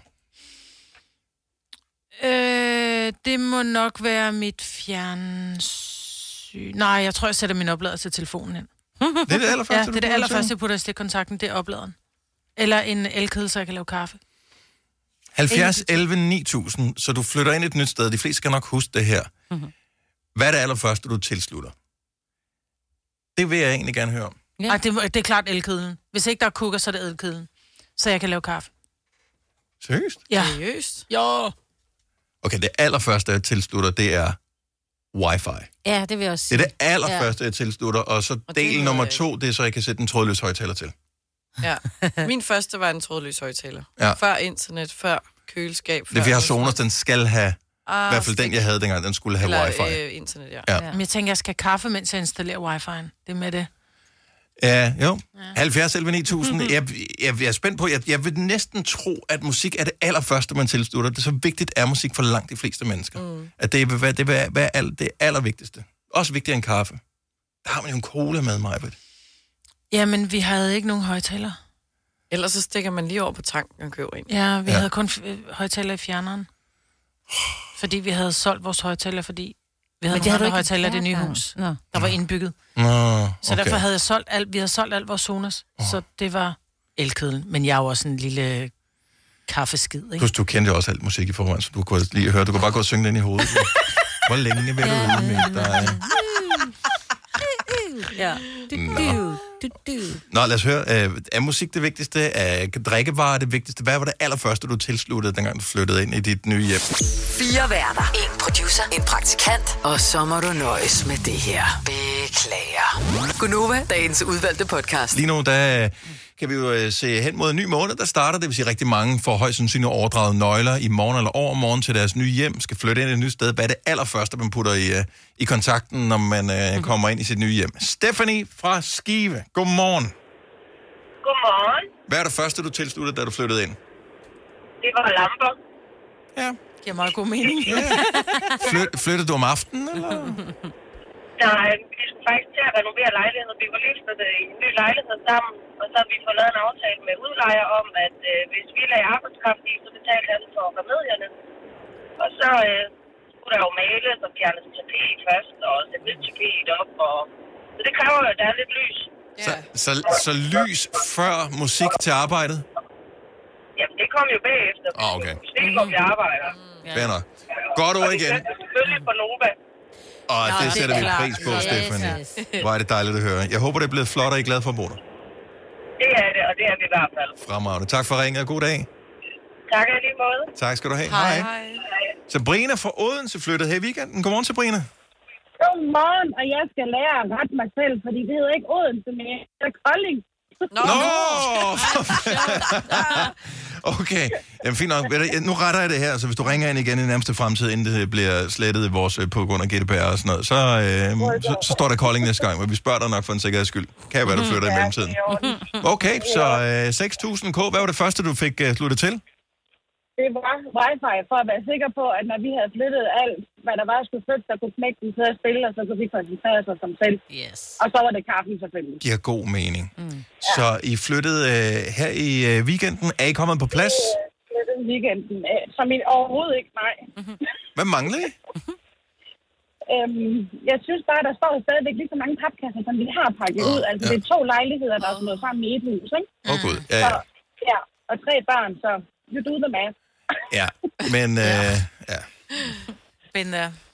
Det må nok være mit fjernsyn. Nej, jeg tror, jeg sætter min oplader til telefonen ind. Det er det allerførste, ja, det er det allerførste, jeg putter i stikkontakten, det er opladeren. Eller en elkedel, så jeg kan lave kaffe. 70, 11, 9000, så du flytter ind et nyt sted. De fleste skal nok huske det her. Hvad er det allerførste, du tilslutter? Det vil jeg egentlig gerne høre om. Ja. Ej, det er klart elkedlen. Hvis ikke der er kukker, så er det elkedlen. Så jeg kan lave kaffe. Seriøst? Ja. Seriøst? Jo. Okay, det allerførste, jeg tilslutter, det er wifi. Ja, det vil jeg også sige. Det er det allerførste, jeg tilslutter, og så del nummer 2, det er så, jeg kan sætte en trådløs højtaler til. Ja. Min første var en trådløs højtaler. Ja. Før internet, før køleskab. Det er, vi har Sonos, den skal have, i hvert fald den, jeg havde dengang, den skulle have wifi. Internet, ja. Men jeg tænker, jeg skal have kaffe, mens jeg installerer wifi'en. Det er med det. Ja, jo. 70 11 9000. Jeg er spændt på, jeg vil næsten tro, at musik er det allerførste, man tilslutter. Det er så vigtigt er musik for langt de fleste mennesker. At det vil være det allervigtigste. Også vigtigere end kaffe. Der har man jo en cola med, Majbrit. Jamen, vi havde ikke nogen højtaler. Ellers så stikker man lige over på tanken og køber en. Ja, vi havde kun højtaler i fjerneren. Fordi vi havde solgt vores højtaler, fordi vi havde nogle højtaler i det nye hus, der var indbygget. Så derfor havde jeg solgt vi havde solgt alt vores Sonos, så det var elkedlen. Men jeg er jo også en lille kaffeskid, ikke? Plus du kendte også alt musik i forvejen, så du kunne lige høre. Du kunne bare gå og synge den i hovedet. Hvor længe vil du udmelde dig? Ja. Nå, lad os høre. Er musik det vigtigste? Er drikkevarer det vigtigste? Hvad var det allerførste, du tilsluttede, dengang du flyttede ind i dit nye hjem? 4 værter. 1 producer. En praktikant. Og så må du nøjes med det her. Beklager. Gunova, dagens udvalgte podcast. Lige nu, der kan vi jo se hen mod en ny måned, der starter. Det vil sige, rigtig mange får højst sandsynligt overdraget nøgler i morgen eller overmorgen til deres nye hjem. Skal flytte ind i et nyt sted. Hvad er det allerførste, man putter i kontakten, når man kommer ind i sit nye hjem? Stephanie fra Skive. Godmorgen. Godmorgen. Hvad er det første, du tilsluttede, da du flyttede ind? Det var lamper. Ja. Giver meget god mening. Flyttede du om aftenen, eller? Nej, vi skulle faktisk til at renovere lejligheden. Vi var lige flyttet i en ny lejlighed sammen, og så har vi fået lavet en aftale med udlejer om, at hvis vi lagde arbejdskraft i, så betalte han for remedierne. Og så skulle der jo males og fjernes tapet først, og sætte nyt tapet op. Så det kræver jo, at der er lidt lys. Så lys før musik til arbejdet? Jamen, det kom jo bagefter. Okay. Musik, hvor vi arbejder. Fair nok. Godt ord igen. Og det er selvfølgelig på Nova. Og det sætter vi pris på, Stephanie. Hvor er det dejligt at høre. Jeg håber, det er blevet flot, og I er glad for at bo der. Det er det, og det er vi i hvert fald. Fremragende. Tak for ringet, og god dag. Tak i lige måde. Tak skal du have. Hej. Sabrina fra Odense flyttede her i weekenden. Godmorgen, Sabrina. Godmorgen, og jeg skal lære at rette mig selv, fordi det hedder ikke Odense mere. Det er Kolding. Nå! Okay, jamen fint nok. Nu retter jeg det her, så hvis du ringer ind igen i nærmeste fremtid, inden det bliver slettet i vores på grund af GDPR og sådan noget, så står der Kolding næste gang, men vi spørger dig nok for en sikkerheds skyld. Kan være, du flytter i mellemtiden. Okay, så 6.000 K. Hvad var det første, du fik sluttet til? Det var wifi, for at være sikker på, at når vi havde flyttet alt, hvad der var skulle flytte, der kunne knække den til at spille, og så kunne vi koncentrere sig som selv. Yes. Og så var det kaffen selvfølgelig. Giver god mening. Så I flyttede her i weekenden. Er I kommet på plads? Flyttede i weekenden. Som I overhovedet ikke, nej. Hvad mangler I? Jeg synes bare, der står stadigvæk lige så mange papkasser, som vi har pakket ud. Altså, det er 2 lejligheder, der er slået sammen i et hus, ikke? Gud. Ja. Så, ja, og 3 børn, så you do the math. Ja, men ja. Men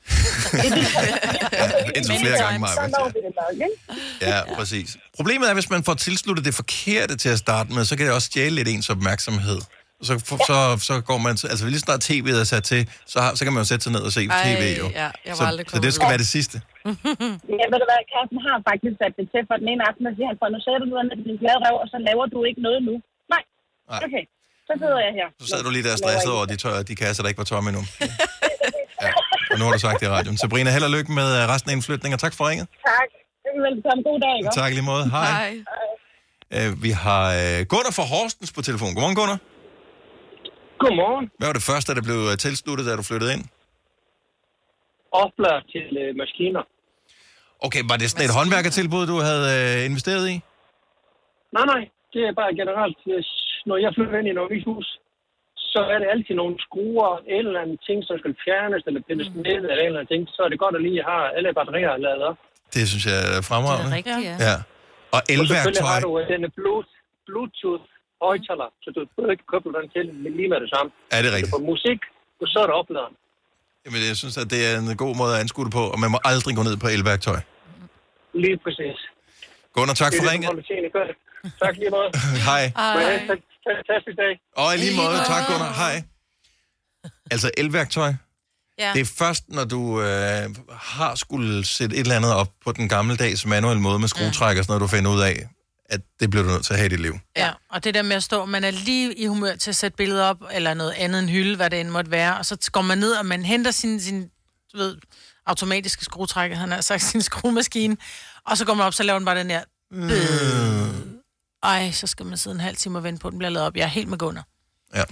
indtil flere gange mig. Ja, præcis. Problemet er, hvis man får tilsluttet det forkerte til at starte med, så kan det også stjæle lidt ens opmærksomhed. Så går man... Altså, lige snart tv'et er sat til, så kan man jo sætte sig ned og se tv, jo. Ja, så det skal være det sidste. Ja, ved du hvad, Carsten har faktisk sat det til for den ene aften, og siger han, for nu sætter du ned til din glade røv, og så laver du ikke noget nu. Nej. Okay, så sidder jeg her. Så sidder du lige der stresset over de kasser, der ikke var tomme endnu. Ja, og nu har du sagt det i radioen. Sabrina, held og lykke med resten af indflytningen, og tak for ringet. Tak. Velkommen. God dag, ikke? Tak lige måde. Hej. Vi har Gunnar fra Horsens på telefon. Godmorgen, Gunnar. Godmorgen. Hvad var det første, der blev tilsluttet, da du flyttede ind? Oplader til maskiner. Okay, var det sådan et håndværkertilbud, du havde investeret i? Nej. Det er bare generelt, når jeg flytter ind i noget nyt hus, så er det altid nogle skruer, en eller anden ting, som skal fjernes, eller pilles ned, eller en eller anden ting. Så er det godt at lige have alle batterier lavet op. Det synes jeg er fremragende. Det er rigtigt, ja. Og elværktøj. Og selvfølgelig har du denne Bluetooth-højtaler, så du behøver ikke koble den til, men lige med det samme. Er det rigtigt? Så på musik, så er det opladeren. Jamen, jeg synes, at det er en god måde at anskue det på, og man må aldrig gå ned på elværktøj. Lige præcis. Gunnar, tak for ringet. Tak lige måde. Hej. Fantastisk dag. Og i lige måde. Tak, Gunnar. Hej. Altså, elværktøj. Ja. Det er først, når du har skulle sætte et eller andet op på den gammeldags manuelle måde med skruetræk og sådan noget, du finder ud af, at det bliver du nødt til at have i dit liv. Ja, og det der med at stå, man er lige i humør til at sætte billeder op, eller noget andet end hylde, hvad det end måtte være, og så går man ned, og man henter sin du ved, automatiske skruetrækker, han har sagt, sin skruemaskine, og så går man op, så laver den bare den her Ej, så skal man sidde en halv time og vente på, den bliver lavet op. Jeg er helt med Gunnar. Ja.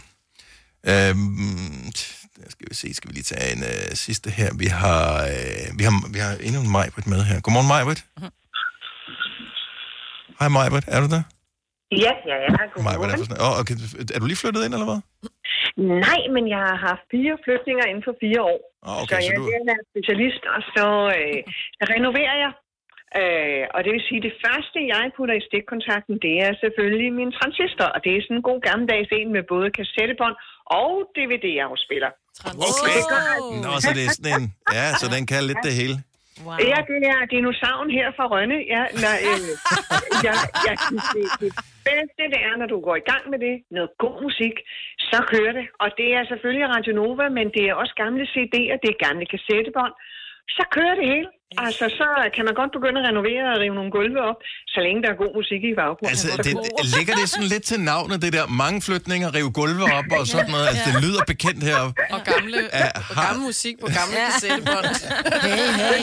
Skal vi lige tage en sidste her. Vi har endnu en Majbrit med her. Godmorgen, Majbrit. Hej, Majbrit. Er du der? Ja. Maj, hvad er det for sådan? Okay. Er du lige flyttet ind, eller hvad? Nej, men jeg har haft 4 flytninger inden for 4 år. Okay, så jeg er specialist, og så renoverer jeg. Og det vil sige, at det første, jeg putter i stikkontakten, det er selvfølgelig min transistor. Og det er sådan en god gammeldags en med både kassettebånd og DVD-afspiller. Okay. Nå, så det er sådan en... Ja, så den kan lidt det hele. Wow. Ja, det er dinosauren her fra Rønne. Ja, jeg synes, det bedste det er, når du går i gang med det, noget god musik, så kører det. Og det er selvfølgelig Radio Nova, men det er også gamle CD'er, det er gamle kassettebånd. Så kører det hele. Altså, så kan man godt begynde at renovere og rive nogle gulve op, så længe der er god musik i baggrunden. Altså, ligger det sådan lidt til navnet, det der mange flytninger, rive gulve op og sådan noget? Altså, det lyder bekendt heroppe. Og gammel musik på gamle kassettebånd. Hey.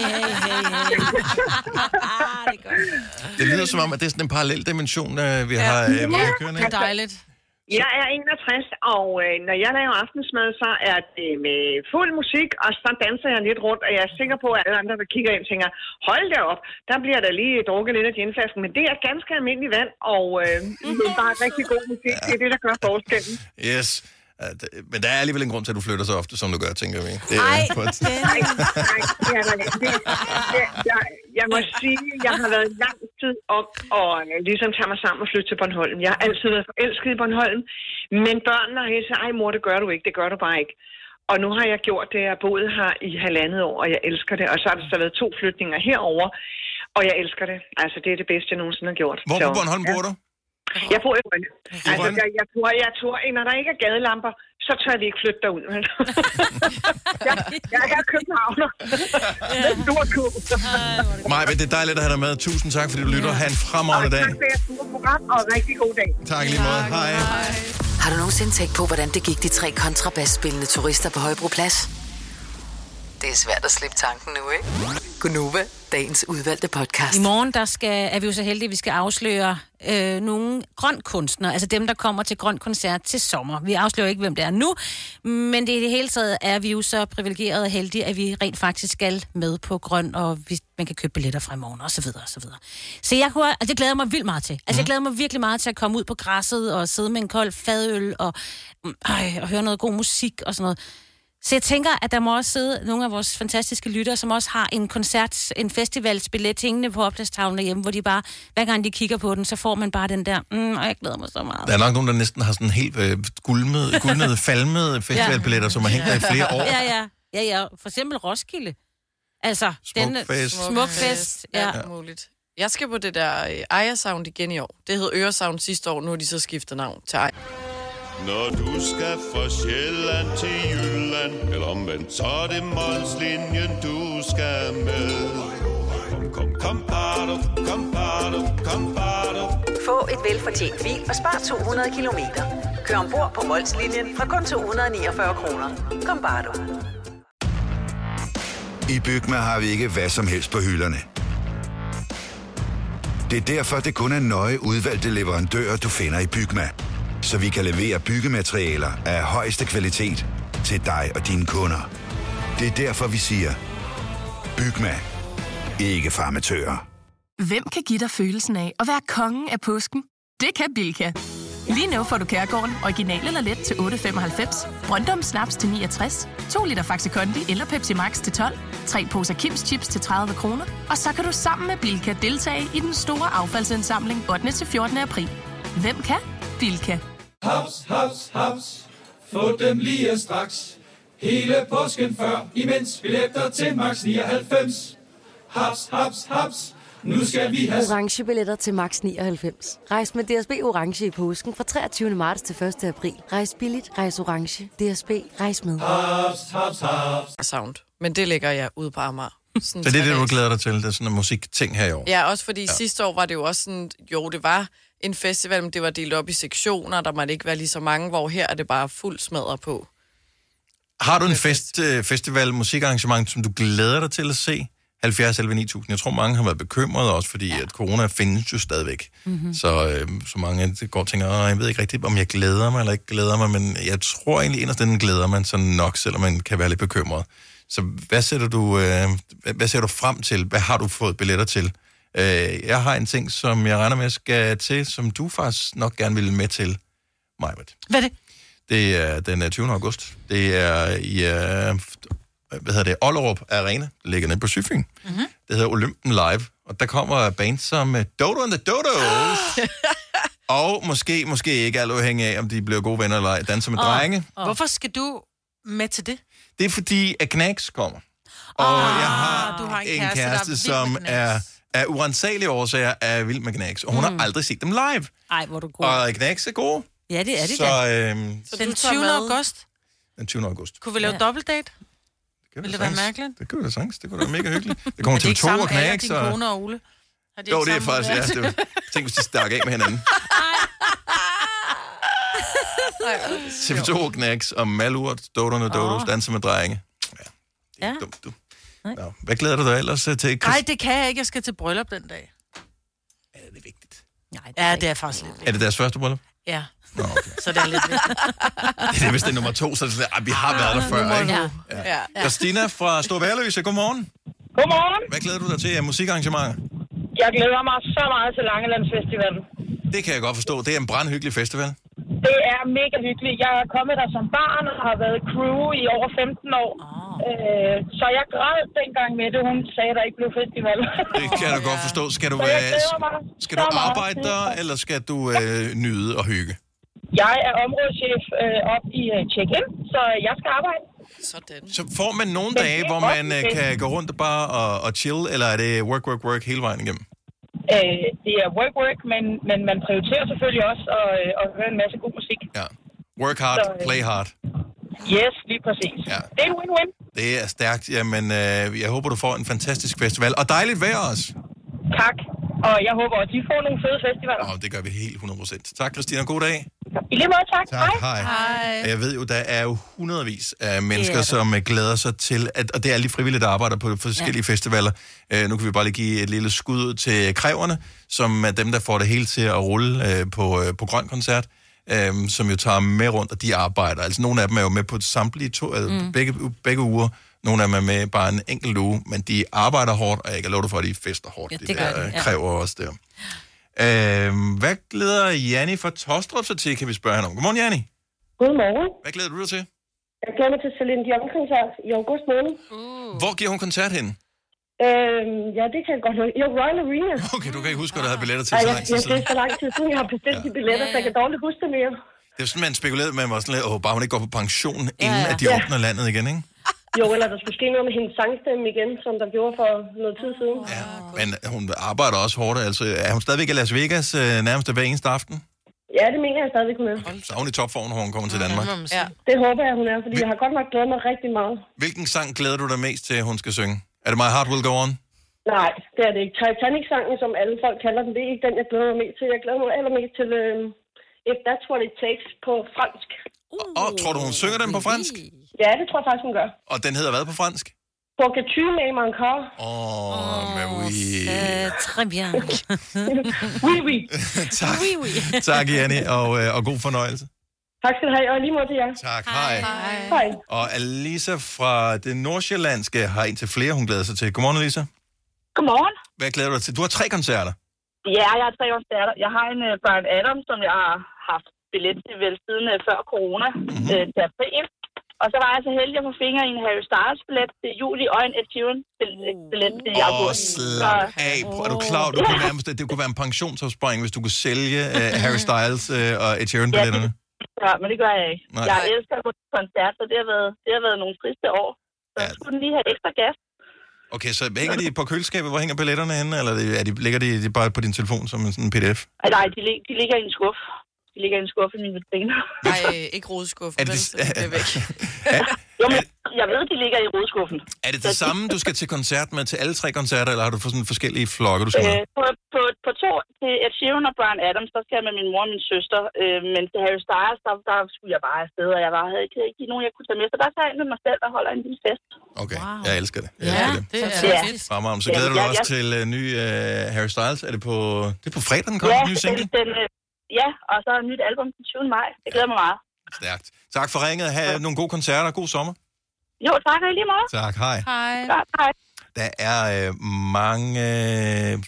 Det lyder som om, at det er sådan en parallel dimension, vi har kørende. Det er dejligt. Jeg er 61, og når jeg laver aftensmad, så er det med fuld musik, og så danser jeg lidt rundt, og jeg er sikker på, at alle andre, der kigger ind, tænker, hold da op, der bliver der lige drukket lidt af ginflasken, men det er ganske almindelig vand, og det er bare rigtig god musik, det er det, der gør forskellen. Yes. Men der er alligevel en grund til, at du flytter så ofte, som du gør, tænker vi. Jeg må sige, jeg har været lang tid op og ligesom tage mig sammen og flytte til Bornholm. Jeg har altid været forelsket i Bornholm, men børnene har helt sagt, ej mor, det gør du ikke, det gør du bare ikke. Og nu har jeg gjort det, jeg boet her i 1,5 år, og jeg elsker det. Og så har der så været 2 flytninger herover, og jeg elsker det. Altså, det er det bedste, jeg nogensinde har gjort. Hvor på Bornholm bor du? Jeg bor i Rønne. Altså, jeg tror, når der ikke er gadelamper, så tør vi ikke flytte derud. jeg er københavner. Maja, det er dejligt at have dig med. Tusind tak, fordi du lytter. Ha' en fremragende dag. Tak for jeres gode program, og rigtig god dag. Tak lige måde. Hej. Har du nogensinde tænkt på, hvordan det gik de 3 kontrabasspillende turister på Højbroplads? Det er svært at slippe tanken nu, ikke? Gunova, dagens udvalgte podcast. I morgen er vi jo så heldige, at vi skal afsløre nogle grønkunstnere, altså dem, der kommer til grøn koncert til sommer. Vi afslører ikke, hvem det er nu, men det i det hele taget er vi jo så privilegerede og heldige, at vi rent faktisk skal med på grøn, og man kan købe billetter fra i morgen, og så videre, og så videre. Så det glæder mig vildt meget til. Altså, jeg glæder mig virkelig meget til at komme ud på græsset og sidde med en kold fadøl og høre noget god musik og sådan noget. Så jeg tænker, at der må også sidde nogle af vores fantastiske lyttere, som også har en festivalsbillet hængende på opslagstavlen derhjemme, hvor de bare, hver gang de kigger på den, så får man bare den der, og jeg glæder mig så meget. Der er nok nogen, der næsten har sådan helt guldnede, falmede festivalbilletter, som har hængt der i flere år. Ja. For eksempel Roskilde. Altså, Smukfest. Ja, muligt. Jeg skal på det der Aya Sound igen i år. Det hed Øresound sidste år, nu har de så skiftet navn til Aya. Når du skal fra Sjælland til Jylland, eller omvendt, så er det Molslinjen, du skal med. Kom, bado. Få et velfortjent bil og spar 200 kilometer. Kør ombord på Molslinjen fra kun 249 kroner. Kom, bado. I Bygma har vi ikke hvad som helst på hylderne. Det er derfor, det kun er nøje udvalgte leverandører, du finder i Bygma. Så vi kan levere byggematerialer af højeste kvalitet til dig og dine kunder. Det er derfor, vi siger, Bygma. Ikke farmatører. Hvem kan give dig følelsen af at være kongen af påsken? Det kan Bilka. Lige nu får du Kærgården original eller let til 8,95, Brøndum Snaps til 69, 2 liter Faxi Kondi eller Pepsi Max til 12, 3 poser Kims Chips til 30 kroner, og så kan du sammen med Bilka deltage i den store affaldsindsamling 8. til 14. april. Hvem kan? Bilka. Haps. Få dem lige straks. Hele påsken før, imens billetter til max 99. Haps. Nu skal vi have orange billetter til max 99. Rejs med DSB orange i påsken fra 23. marts til 1. april. Rejs billigt, rejs orange. DSB, rejs med. Haps. Sound. Men det ligger jeg ude på Amager. Så det er det, du glæder dig til? Det er sådan en musikting her i år? Ja, også fordi sidste år var det jo også sådan, det var en festival, men det var delt op i sektioner, der måtte ikke være lige så mange, hvor her er det bare fuld smadret på. Har du en festival musikarrangement, som du glæder dig til at se? 70 11 9000. Jeg tror, mange har været bekymrede også, fordi at corona findes jo stadigvæk. Mm-hmm. Så mange går og tænker, jeg ved ikke rigtigt, om jeg glæder mig eller ikke glæder mig, men jeg tror egentlig inderst inden glæder man så nok, selvom man kan være lidt bekymret. Så hvad ser du frem til? Hvad har du fået billetter til? Jeg har en ting, som jeg regner med skal til, som du faktisk nok gerne vil med til, Majbert. Hvad er det? Det er den 20. august. Det er i, Ollerup Arena. Det ligger nede på Sydfyn. Mm-hmm. Det hedder Olympen Live. Og der kommer band som Dodo and the Dodos. Og måske ikke, alt afhængig af, om de bliver gode venner eller ej. Danser med drenge. Hvorfor skal du med til det? Det er fordi, at Knacks kommer. Og jeg har en kæreste som er urensagelige årsager er vild med Knacks. Og hun har aldrig set dem live. Ej, hvor du god. Og Knacks er gode. Ja, det er det så, den 20. august? Den 20. august. Kunne vi lave dobbeltdate? Vil det være mærkeligt? Det kunne da sagtens. Det kunne da være mega hyggeligt. Det kommer til to og Knacks. Er det ikke kone og Ole? Jo, det er faktisk, ja. Tænk, hvis de stak af med hinanden. TV2 og Knacks og Malurt, Dodo og Dodos, danser med drenge. Ja, det er dumt, du. Nå, hvad glæder du dig ellers til? Nej, det kan jeg ikke. Jeg skal til bryllup den dag. Er det vigtigt? Nej, det er faktisk lidt vigtigt. Er det deres første bryllup? Ja. Nå, okay. Så det er lidt vigtigt. Det er hvis det er nummer 2, så er det sådan, vi har været der før, ikke? Ja. Christina fra Store Værløse, godmorgen. Godmorgen. Hvad glæder du dig til af musikarrangementer? Jeg glæder mig så meget til Langelandsfestivalen. Det kan jeg godt forstå. Det er en brandhyggelig festival. Det er mega hyggeligt. Jeg er kommet der som barn og har været crew i over 15 år. Så jeg græd dengang med det, hun sagde, at der ikke blev festival. Det kan jeg godt forstå. Skal du arbejde der, eller skal du nyde og hygge? Jeg er områdeschef op i check-in, så jeg skal arbejde. Sådan. Så får man nogle dage, hvor man kan gå rundt og bare og chill, eller er det work hele vejen igennem? Det er work, men man prioriterer selvfølgelig også at høre en masse god musik. Ja. Work hard, play hard. Yes, lige præcis. Ja. Det er en win-win. Det er stærkt. Jamen, jeg håber, du får en fantastisk festival. Og dejligt vejr også. Tak. Og jeg håber, at de får nogle fede festivaler. Det gør vi helt 100%. Tak, Christina. God dag. I lige måde, tak. Hej. Jeg ved jo, der er jo hundredvis af mennesker, som glæder sig til, og det er alle de frivillige, der arbejder på forskellige festivaler. Nu kan vi bare lige give et lille skud ud til Kræverne, som er dem, der får det hele til at rulle på Grøn Koncert, som jo tager med rundt, og de arbejder. Altså nogle af dem er jo med på samtlige begge uger. Nogle af dem er med bare en enkelt uge, men de arbejder hårdt, og jeg kan love dig for, at de fester hårdt. Ja, det kræver også det. Hvad glæder Janni fra Tostrup så til, kan vi spørge hende om? Godmorgen, Janni. Godmorgen. Hvad glæder du dig til? Jeg glæder mig til Celine Dion-koncert i august måned. Hvor giver hun koncert henne? Ja, det kan jeg godt nok. Jo, Royal Arena. Okay, du kan ikke huske, at du havde billetter til så lang tid siden. Det er så lang tid siden, jeg har bestilt de billetter, så jeg kan dårligt huske det mere. Det er sådan, man spekulerede med, at man var sådan lidt, bare hun ikke går på pension, inden at de åbner landet igen, ikke? Jo, eller der skulle ske noget med hendes sangstemme igen, som der gjorde for noget tid siden. Ja, men hun arbejder også hårdt. Altså, er hun stadigvæk i Las Vegas nærmest hver eneste aften? Ja, det mener jeg stadigvæk, hun er. Så er hun i topform, når hun kommer til Danmark? Ja, det håber jeg, hun er, fordi jeg har godt nok glædet mig rigtig meget. Hvilken sang glæder du dig mest til, hun skal synge? Er det My Heart Will Go On? Nej, det er det ikke. Titanic-sangen, som alle folk kalder den, det er ikke den, jeg glæder mig mest til. Jeg glæder mig allermest til If That's What It Takes på fransk. Tror du, hun synger den på fransk? Ja, det tror jeg faktisk, hun gør. Og den hedder hvad på fransk? Pour que tu m'aimes encore. Mais oui. Très bien. Oui, oui. Tak. Oui, oui. Tak, Janni, og god fornøjelse. Tak skal du have, og lige måde til jer. Tak, hej. Hej. Og Alisa fra det nordsjællandske har en til flere, hun glæder sig til. Godmorgen, Alisa. Godmorgen. Hvad glæder du dig til? Du har 3 koncerter. Ja, jeg har 3 koncerter. Jeg har en Bryan Adams, som jeg har haft billet til vel siden før corona til april. Og så var jeg så heldig at få fingre i en Harry Styles billet til juli og en Ed Sheeran billet til august. Slap af. Er du klar? Det kunne være en pensionsopsparing, hvis du kunne sælge Harry Styles og Ed Sheeran billetterne. Ja, men det gør jeg ikke. Nej. Jeg elsker at gå til koncert, så det har været nogle triste år. Så skulle den lige have ekstra gas. Okay, så hænger de på køleskabet? Hvor hænger billetterne henne? Eller ligger de bare på din telefon som en sådan pdf? Nej, de ligger i en skuffe. De ligger i en skuffe i mine vitriner. Nej, ikke rodeskuffe. Det er væk. Jo, men jeg ved, de ligger i rodeskuffen. Er det det samme, du skal til koncert med til alle 3 koncerter, eller har du fået sådan forskellige flokke, du skal med? På 2 til Ed Sheeran og Bryan Adams, der skal jeg med min mor og min søster. Men til Harry Styles, der skulle jeg bare afsted, og jeg havde ikke nogen, jeg kunne tage med. Så der tager jeg med mig selv og holder en lille fest. Okay, jeg elsker det. Det er fedt. Så glæder du dig også til ny Harry Styles. Er det på fredag, den kommer, ny single? Ja, og så et nyt album den 20. maj. Det glæder mig meget. Stærkt. Tak for ringet. Ha' nogle gode koncerter. God sommer. Jo, tak og i lige måde. Tak, hej. Hej. Der er mange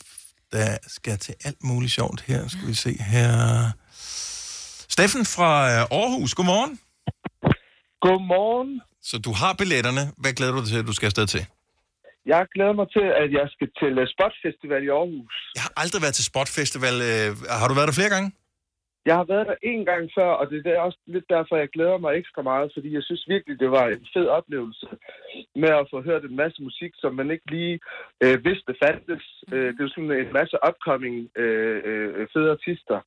der skal til alt muligt sjovt her. Skal vi se her. Steffen fra Aarhus, godmorgen. Godmorgen. Så du har billetterne. Hvad glæder du dig til, at du skal afsted til? Jeg glæder mig til, at jeg skal til Spot Festival i Aarhus. Jeg har aldrig været til Spot Festival. Har du været der flere gange? Jeg har været der en gang før, og det er også lidt derfor, jeg glæder mig ekstra meget, fordi jeg synes virkelig, det var en fed oplevelse med at få hørt en masse musik, som man ikke lige vidste fandtes. Det er jo sådan en masse upcoming fede artister,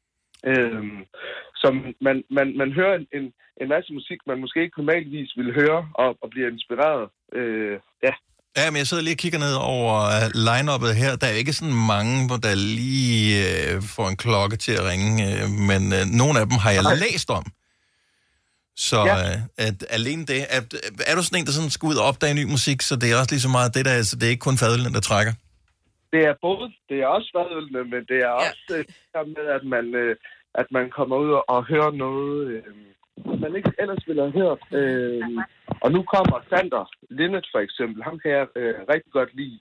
som man hører en masse musik, man måske ikke normalvis ville høre og bliver inspireret. Ja. Ja, men jeg sidder lige og kigger ned over line-uppet her. Der er jo ikke sådan mange, hvor der lige får en klokke til at ringe, men nogle af dem har jeg læst om. Så at alene det, er du sådan en, der sådan skal ud og opdage ny musik, så det er også lige så meget det der, så det er ikke kun fadølene, der trækker? Det er både, det er også fadølene, men det er også det med, at man kommer ud og hører noget, man ikke ellers ville have hørt. Og nu kommer Sander Linnet for eksempel. Ham kan jeg rigtig godt lide.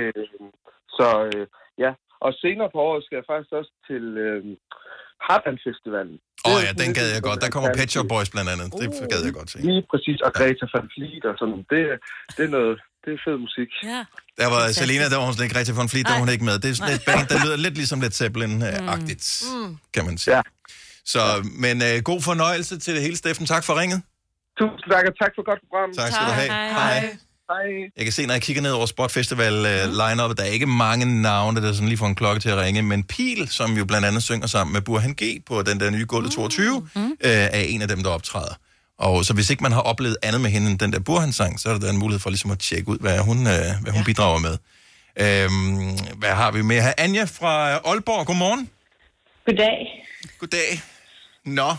Ja. Og senere på året skal jeg faktisk også til Hartland Festivalen. Den gad jeg godt. Der kommer Pet Shop Boys blandt andet. Det gad jeg godt se. Lige præcis. Og Greta Van Fleet og sådan. Det er noget... Det er fed musik. Ja. Der var Selena, der var hun slet ikke rigtig for en flit, der var hun ikke med. Det er sådan et band, der lyder lidt ligesom Led Zeppelin-agtigt, kan man sige. Ja. Så, men god fornøjelse til det hele, Steffen. Tak for ringet. Tusind tak, og tak for godt program. Tak skal du have. Hej. Jeg kan se, når jeg kigger ned over Spot Festival line-up, der er ikke mange navne, der sådan lige får en klokke til at ringe, men Pil, som jo blandt andet synger sammen med Burhan G på den der nye Gulvet 22, er en af dem, der optræder. Og så hvis ikke man har oplevet andet med hende end den der Burhan-sang, så er der en mulighed for ligesom at tjekke ud, hvad hun bidrager med. Hvad har vi med her? Anja fra Aalborg, godmorgen. Goddag. Nå.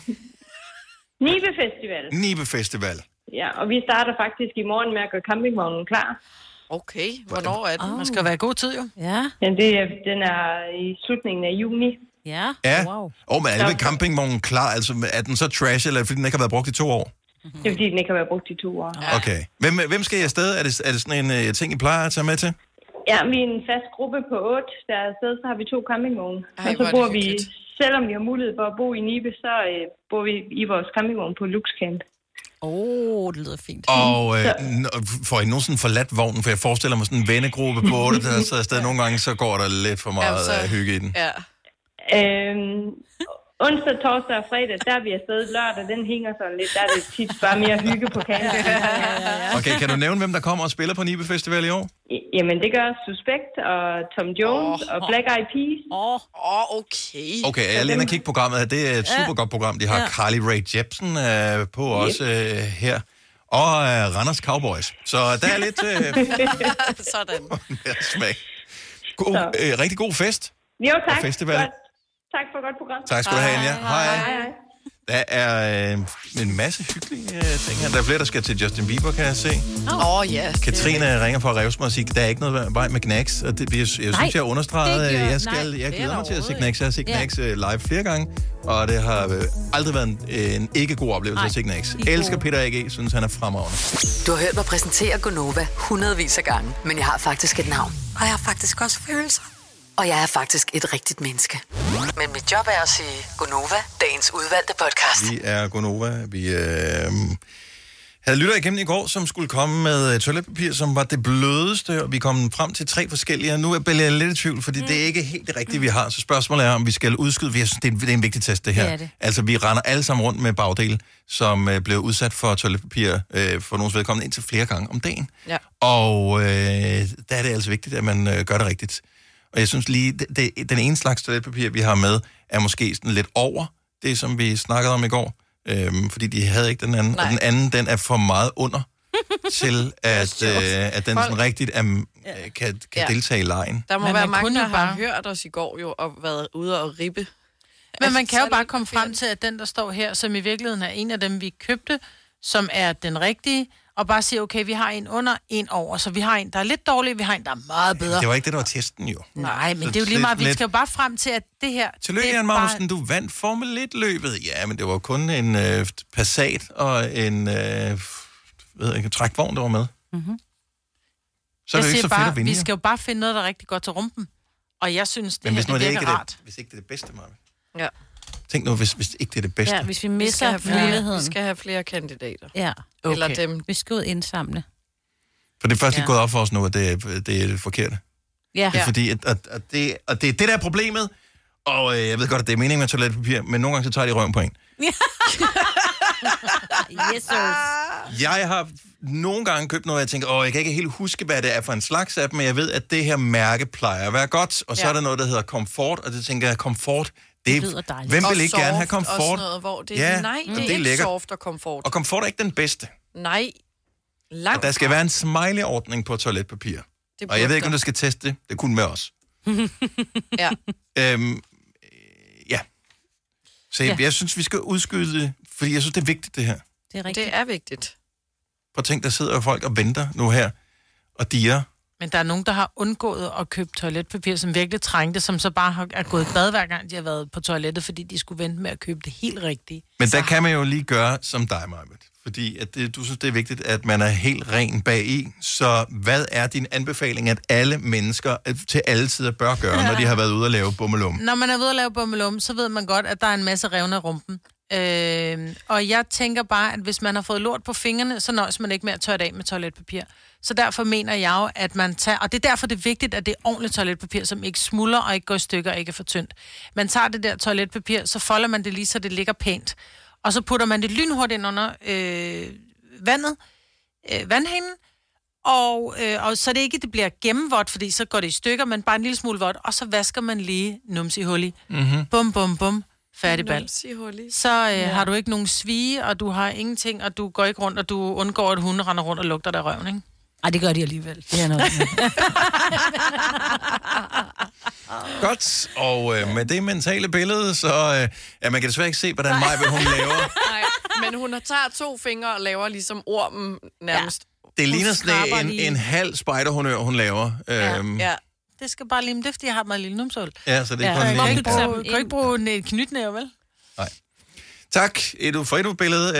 Nibe Festival. Ja, og vi starter faktisk i morgen med at gøre campingvognen klar. Okay, hvornår er den? Man skal være god tid jo. Ja. Den er i slutningen af juni. Ja. Wow. Men er det campingvognen klar? Altså, er den så trash, eller fordi den ikke har været brugt i 2 år? Det er fordi, den ikke har været brugt i 2 år. Ja. Okay. Hvem skal I afsted? Er det sådan en ting, I plejer at tage med til? Ja, vi er en fast gruppe på 8. Der er afsted, så har vi 2 campingvogne. Og så bor vi, selvom vi har mulighed for at bo i Nibe, så bor vi i vores campingvogn på Luxcamp. Det lyder fint. Og får I nogen sådan forladt vognen? For jeg forestiller mig sådan en vennegruppe på 8, der sidder afsted. Nogle gange, så går der lidt for meget hygge i den. Ja. Onsdag, torsdag og fredag, der er vi afsted. Lørdag, den hænger sådan lidt. Der er det tit bare mere hygge på kanten. Okay, kan du nævne, hvem der kommer og spiller på Nibe Festival i år? Jamen, det gør Suspekt og Tom Jones og Black Eyed Peas. Okay. Okay, jeg er lige inde og kigge programmet her. Det er et super godt program. De har Carly Rae Jepsen på også her. Og Randers Cowboys. Så der er lidt... Sådan. smag. Rigtig god fest. Jo, tak. Festival. Tak for godt program. Tak skal du have, Anja. Hej. Der er en masse hyggelige ting her. Der er flere, der skal til Justin Bieber, kan jeg se. Ja. Katrine ringer for at revse mig og sige, der er ikke noget vej med Knacks. Og det, jeg synes, jeg har understreget, jeg glæder mig til at se Knacks. Jeg har set Knacks live flere gange, og det har aldrig været en ikke god oplevelse at se Knacks. Elsker Peter A.G., synes han er fremragende. Du har hørt mig præsentere Gonova hundredvis af gange, men jeg har faktisk et navn. Og jeg har faktisk også følelser. Og jeg er faktisk et rigtigt menneske. Men mit job er at sige Gonova, dagens udvalgte podcast. Vi er Gonova. Vi havde lytter igennem i går, som skulle komme med toiletpapir, som var det blødeste, og vi kom frem til 3 forskellige. Nu er jeg lidt i tvivl, fordi det er ikke helt det rigtige, vi har. Så spørgsmålet er, om vi skal udskyde. Det er en vigtig test, det her. Det. Altså, vi render alle sammen rundt med bagdel, som blev udsat for toiletpapir for nogens vedkommende indtil flere gange om dagen. Ja. Og der er det altså vigtigt, at man gør det rigtigt. Og jeg synes lige, den ene slags toiletpapir, vi har med, er måske sådan lidt over det, som vi snakkede om i går. Fordi de havde ikke den anden. Nej. Og den anden, den er for meget under til, at den sådan rigtigt kan deltage i lejen. Der må være mange, der har hørt os i går jo, og været ude og ribbe. Men man kan jo bare komme frem til, at den, der står her, som i virkeligheden er en af dem, vi købte, som er den rigtige, og bare sige, okay, vi har en under, en over. Så vi har en, der er lidt dårlig, vi har en, der er meget bedre. Det var ikke det, der var testen jo. Nej, men så det er jo lige meget, vi skal jo bare frem til, at det her... Tillykke, Jan Magnussen, du vandt Formel 1-løbet. Ja, men det var kun en Passat og en trækvogn, der var med. Mm-hmm. Så er det jo ikke så fedt at vinde. Vi skal jo bare finde noget, der er rigtig godt til rumpen. Og jeg synes, det Men hvis nu det ikke er rart. Hvis ikke det er det bedste, Maja. Ja. Tænk nu, hvis ikke det er det bedste. Ja, hvis vi misser muligheden. Vi skal have flere kandidater. Ja. Okay. Eller dem. Vi skal ud indsamle. For det er først lige gået op for os nu, at det er det forkerte. Ja. Det er fordi, at det er det, der er problemet. Og jeg ved godt, at det er meningen med toiletpapir, men nogle gange så tager de røven på en. Yes, sir. Jeg har nogle gange købt noget, og jeg tænker, jeg kan ikke helt huske, hvad det er for en slags af dem, men jeg ved, at det her mærke plejer at være godt. Og så er der noget, der hedder Comfort, og det tænker jeg, Comfort, det lyder dejligt. Hvem vil og ikke soft, gerne have Comfort? Og sådan noget, hvor det er, nej, det er ikke lækkert. soft og Comfort. Og Comfort er ikke den bedste. Nej, langt og der skal være en smiley-ordning på toiletpapir. Og jeg ved ikke, om du skal teste det. Det kunne med os. Ja. Ja. Så jeg synes, vi skal udskyde det, fordi jeg synes, det er vigtigt, det her. Det er rigtigt. Det er vigtigt. Prøv at tænk, der sidder jo folk og venter nu her, og diger. Men der er nogen, der har undgået at købe toiletpapir, som virkelig trængte, som så bare er gået i bad hver gang, de har været på toilettet, fordi de skulle vente med at købe det helt rigtige. Men der kan man jo lige gøre som dig, Majbert. Fordi at du synes, det er vigtigt, at man er helt ren bagi. Så hvad er din anbefaling, at alle mennesker til alle tider bør gøre, når de har været ude at lave bummelum? Når man er ude at lave bummelum, så ved man godt, at der er en masse revne af rumpen. Og jeg tænker bare, at hvis man har fået lort på fingrene, så nøjes man ikke med at tørre det af med toiletpapir. Så derfor mener jeg jo, at man tager... Og det er derfor, det er vigtigt, at det er ordentligt toiletpapir, som ikke smuldrer og ikke går i stykker og ikke er for tyndt. Man tager det der toiletpapir, så folder man det lige, så det ligger pænt. Og så putter man det lynhurtigt ind under vandhænden. Og så det ikke det bliver gennemvådt, fordi så går det i stykker, men bare en lille smule vådt. Og så vasker man lige numsi hul. Bum, bum, bum. Færdigbal. Så har du ikke nogen svige, og du har ingenting, og du går ikke rundt, og du undgår, at hunden render rundt og lugter der røven, ikke? Ej, det gør de alligevel. Det er noget. Godt, og med det mentale billede, så man kan desværre ikke se, hvordan Majbert hun laver. Nej, men hun tager 2 fingre og laver ligesom ormen nærmest. Ja. Det ligner sådan en halv spejderhonør, hun laver. Ja. Det skal bare lime det, fordi jeg har meget lille numsål. Ja, så det er kun lige... Kan ikke bruge en knytnæve, vel? Nej. Tak, for et billede.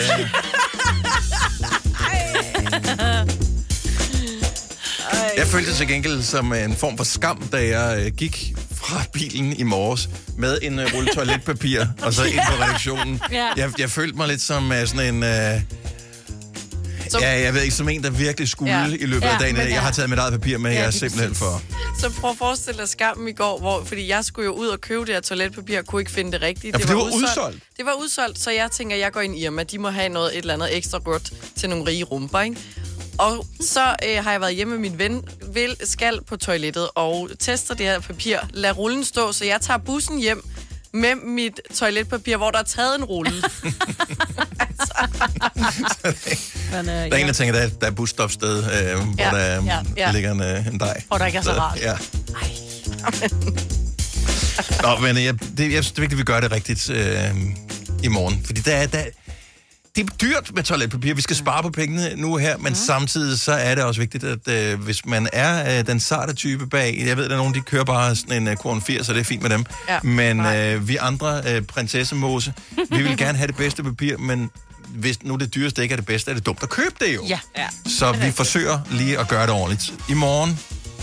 Jeg følte det til gengæld som en form for skam, da jeg gik fra bilen i morges med en rulle toiletpapir, og så ind på redaktionen. Jeg følte mig lidt som sådan en... jeg ved ikke, som en, der virkelig skulle i løbet af dagen. Jeg har taget mit eget papir med, jeg er simpelthen for... Så prøv at forestille dig skammen i går, fordi jeg skulle jo ud og købe det her toiletpapir, og kunne ikke finde det rigtige. Ja, det var udsolgt. Det var udsolgt, så jeg tænker, jeg går ind i Irma, de må have et eller andet ekstra rødt til nogle rige rumper, ikke? Og så har jeg været hjemme med min ven, skal på toilettet, og tester det her papir. Lad rullen stå, så jeg tager bussen hjem med mit toiletpapir, hvor der er taget en rulle. Der er en, der tænker, der er busstopsted, hvor der ligger en dej. Hvor der ikke er så rart. Ja. Nå, men jeg synes, det er vigtigt, at vi gør det rigtigt i morgen. Fordi det er dyrt med toiletpapir. Vi skal spare på pengene nu her, men samtidig så er det også vigtigt, at hvis man er den sarte type bag, jeg ved, at der er nogen, de kører bare sådan en korn 80, så det er fint med dem. Ja. Men vi andre prinsessemose, vi vil gerne have det bedste papir, men hvis nu det dyreste ikke er det bedste, er det dumt at købe det jo. Ja. Så vi forsøger lige at gøre det ordentligt. I morgen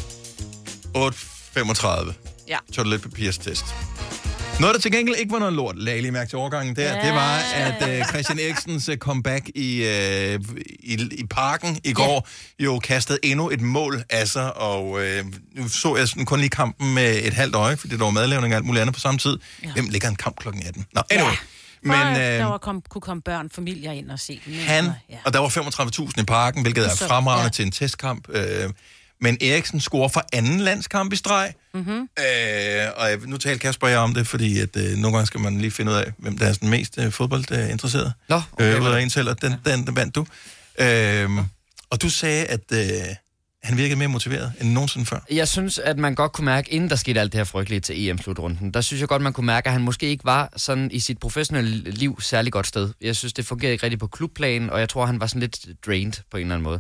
8:35. Ja. Toiletpapirstest. Noget, der til gengæld ikke var noget lort, lagde lige mærke til overgangen der, det var, at Christian Eriksens comeback i parken i går jo kastede endnu et mål af sig, og nu så jeg sådan kun lige kampen med et halvt øje, fordi der var madlavning og alt muligt andet på samme tid. Hvem ligger en kamp klokken 18? Nå, anyway. Men, der kunne komme børn, familier ind og se den. Og der var 35.000 i parken, hvilket er fremragende til en testkamp. Men Eriksen scorer for anden landskamp i streg. Mm-hmm. Og nu taler Kasper og jeg om det, fordi at, nogle gange skal man lige finde ud af, hvem der er sådan mest fodboldinteresseret. Nå, okay. Ud af en selv, og den vandt du. Og du sagde, at han virkede mere motiveret end nogensinde før. Jeg synes, at man godt kunne mærke, inden der skete alt det her frygtelige til EM-slutrunden, der synes jeg godt, man kunne mærke, at han måske ikke var sådan i sit professionelle liv særlig godt sted. Jeg synes, det fungerede ikke rigtig på klubplanen, og jeg tror, han var sådan lidt drained på en eller anden måde.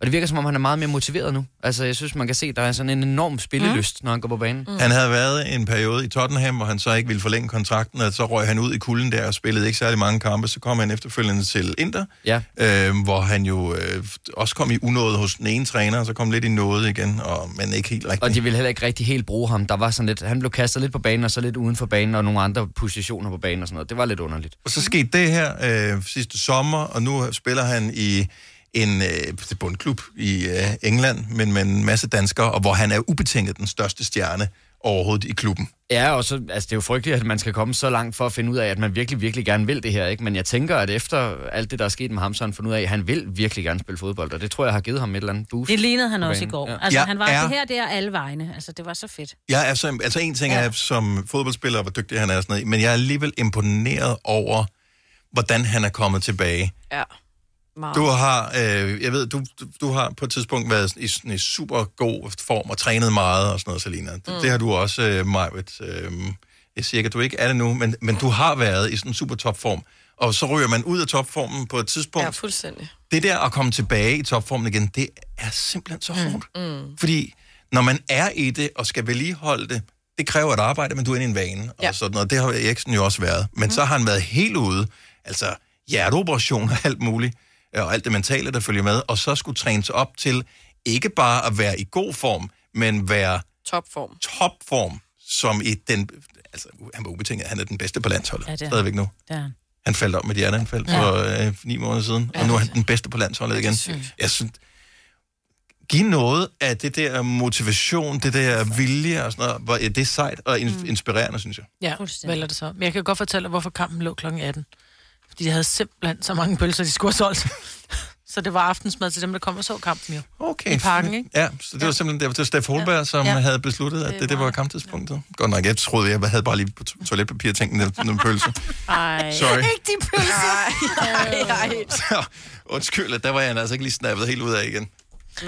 Og det virker, som om han er meget mere motiveret nu. Altså, jeg synes, man kan se, at der er sådan en enorm spillelyst, når han går på banen. Han havde været en periode i Tottenham, hvor han så ikke ville forlænge kontrakten, og så røg han ud i kulden der og spillede ikke særlig mange kampe. Så kom han efterfølgende til Inter, hvor han jo også kom i unåde hos den ene træner, og så kom lidt i nåde igen, men ikke helt rigtigt. Og de ville heller ikke rigtig helt bruge ham. Der var sådan lidt, han blev kastet lidt på banen, og så lidt uden for banen, og nogle andre positioner på banen og sådan noget. Det var lidt underligt. Og så skete det her sidste sommer, og nu spiller han i en bundklub i England, men med en masse danskere, og hvor han er ubetinget den største stjerne overhovedet i klubben. Ja, og så, altså det er jo frygteligt, at man skal komme så langt for at finde ud af, at man virkelig, virkelig gerne vil det her, ikke? Men jeg tænker, at efter alt det, der er sket med ham, så har han fundet ud af, at han vil virkelig gerne spille fodbold, og det tror jeg har givet ham et eller andet boost. Det lignede han også i går. Ja. Altså, han var det her, det er alle vegne. Altså, det var så fedt. Jeg er altså en ting er, som fodboldspiller, hvor dygtig han er, sådan noget, men jeg er alligevel imponeret over, hvordan han er kommet tilbage. Ja. Du har, jeg ved, du har på et tidspunkt været i sådan en super god form og trænet meget og sådan noget, Selina. Det har du også, Majbet. Jeg siger ikke, at du ikke er det nu, men du har været i sådan en super topform. Og så ryger man ud af topformen på et tidspunkt. Ja, fuldstændig. Det der at komme tilbage i topformen igen, det er simpelthen så hårdt. Fordi når man er i det og skal vedligeholde det kræver et arbejde, men du er inde i en vane. Og sådan noget. Det har Eriksen jo også været. Men så har han været helt ude. Altså hjerteoperation og alt muligt. Og alt det mentale, der følger med, og så skulle trænes op til ikke bare at være i god form, men være topform, som i den, altså han var ubetinget, han er den bedste på landsholdet, stadigvæk nu. Han faldt op med et hjerteanfald for 9 måneder siden, og nu er han den bedste på landsholdet igen. Jeg synes, giv noget af det der motivation, det der vilje og sådan noget, det er sejt og inspirerende, synes jeg. Ja, vel er det så. Men jeg kan godt fortælle dig, hvorfor kampen lå kl. 18. Fordi de havde simpelthen så mange pølser, de skulle have solgt. Så det var aftensmad til dem, der kom og så kampen jo. Okay. I parken, ikke? Ja, så det var simpelthen det var Steff Holberg, som havde besluttet, at det var kamptidspunktet. Godt nok, jeg troede, jeg havde bare lige på toiletpapir tænkt nogle pølser. Ej. Sorry. Ikke de pølser. Så, undskyld, der var jeg altså ikke lige snappet helt ud af igen.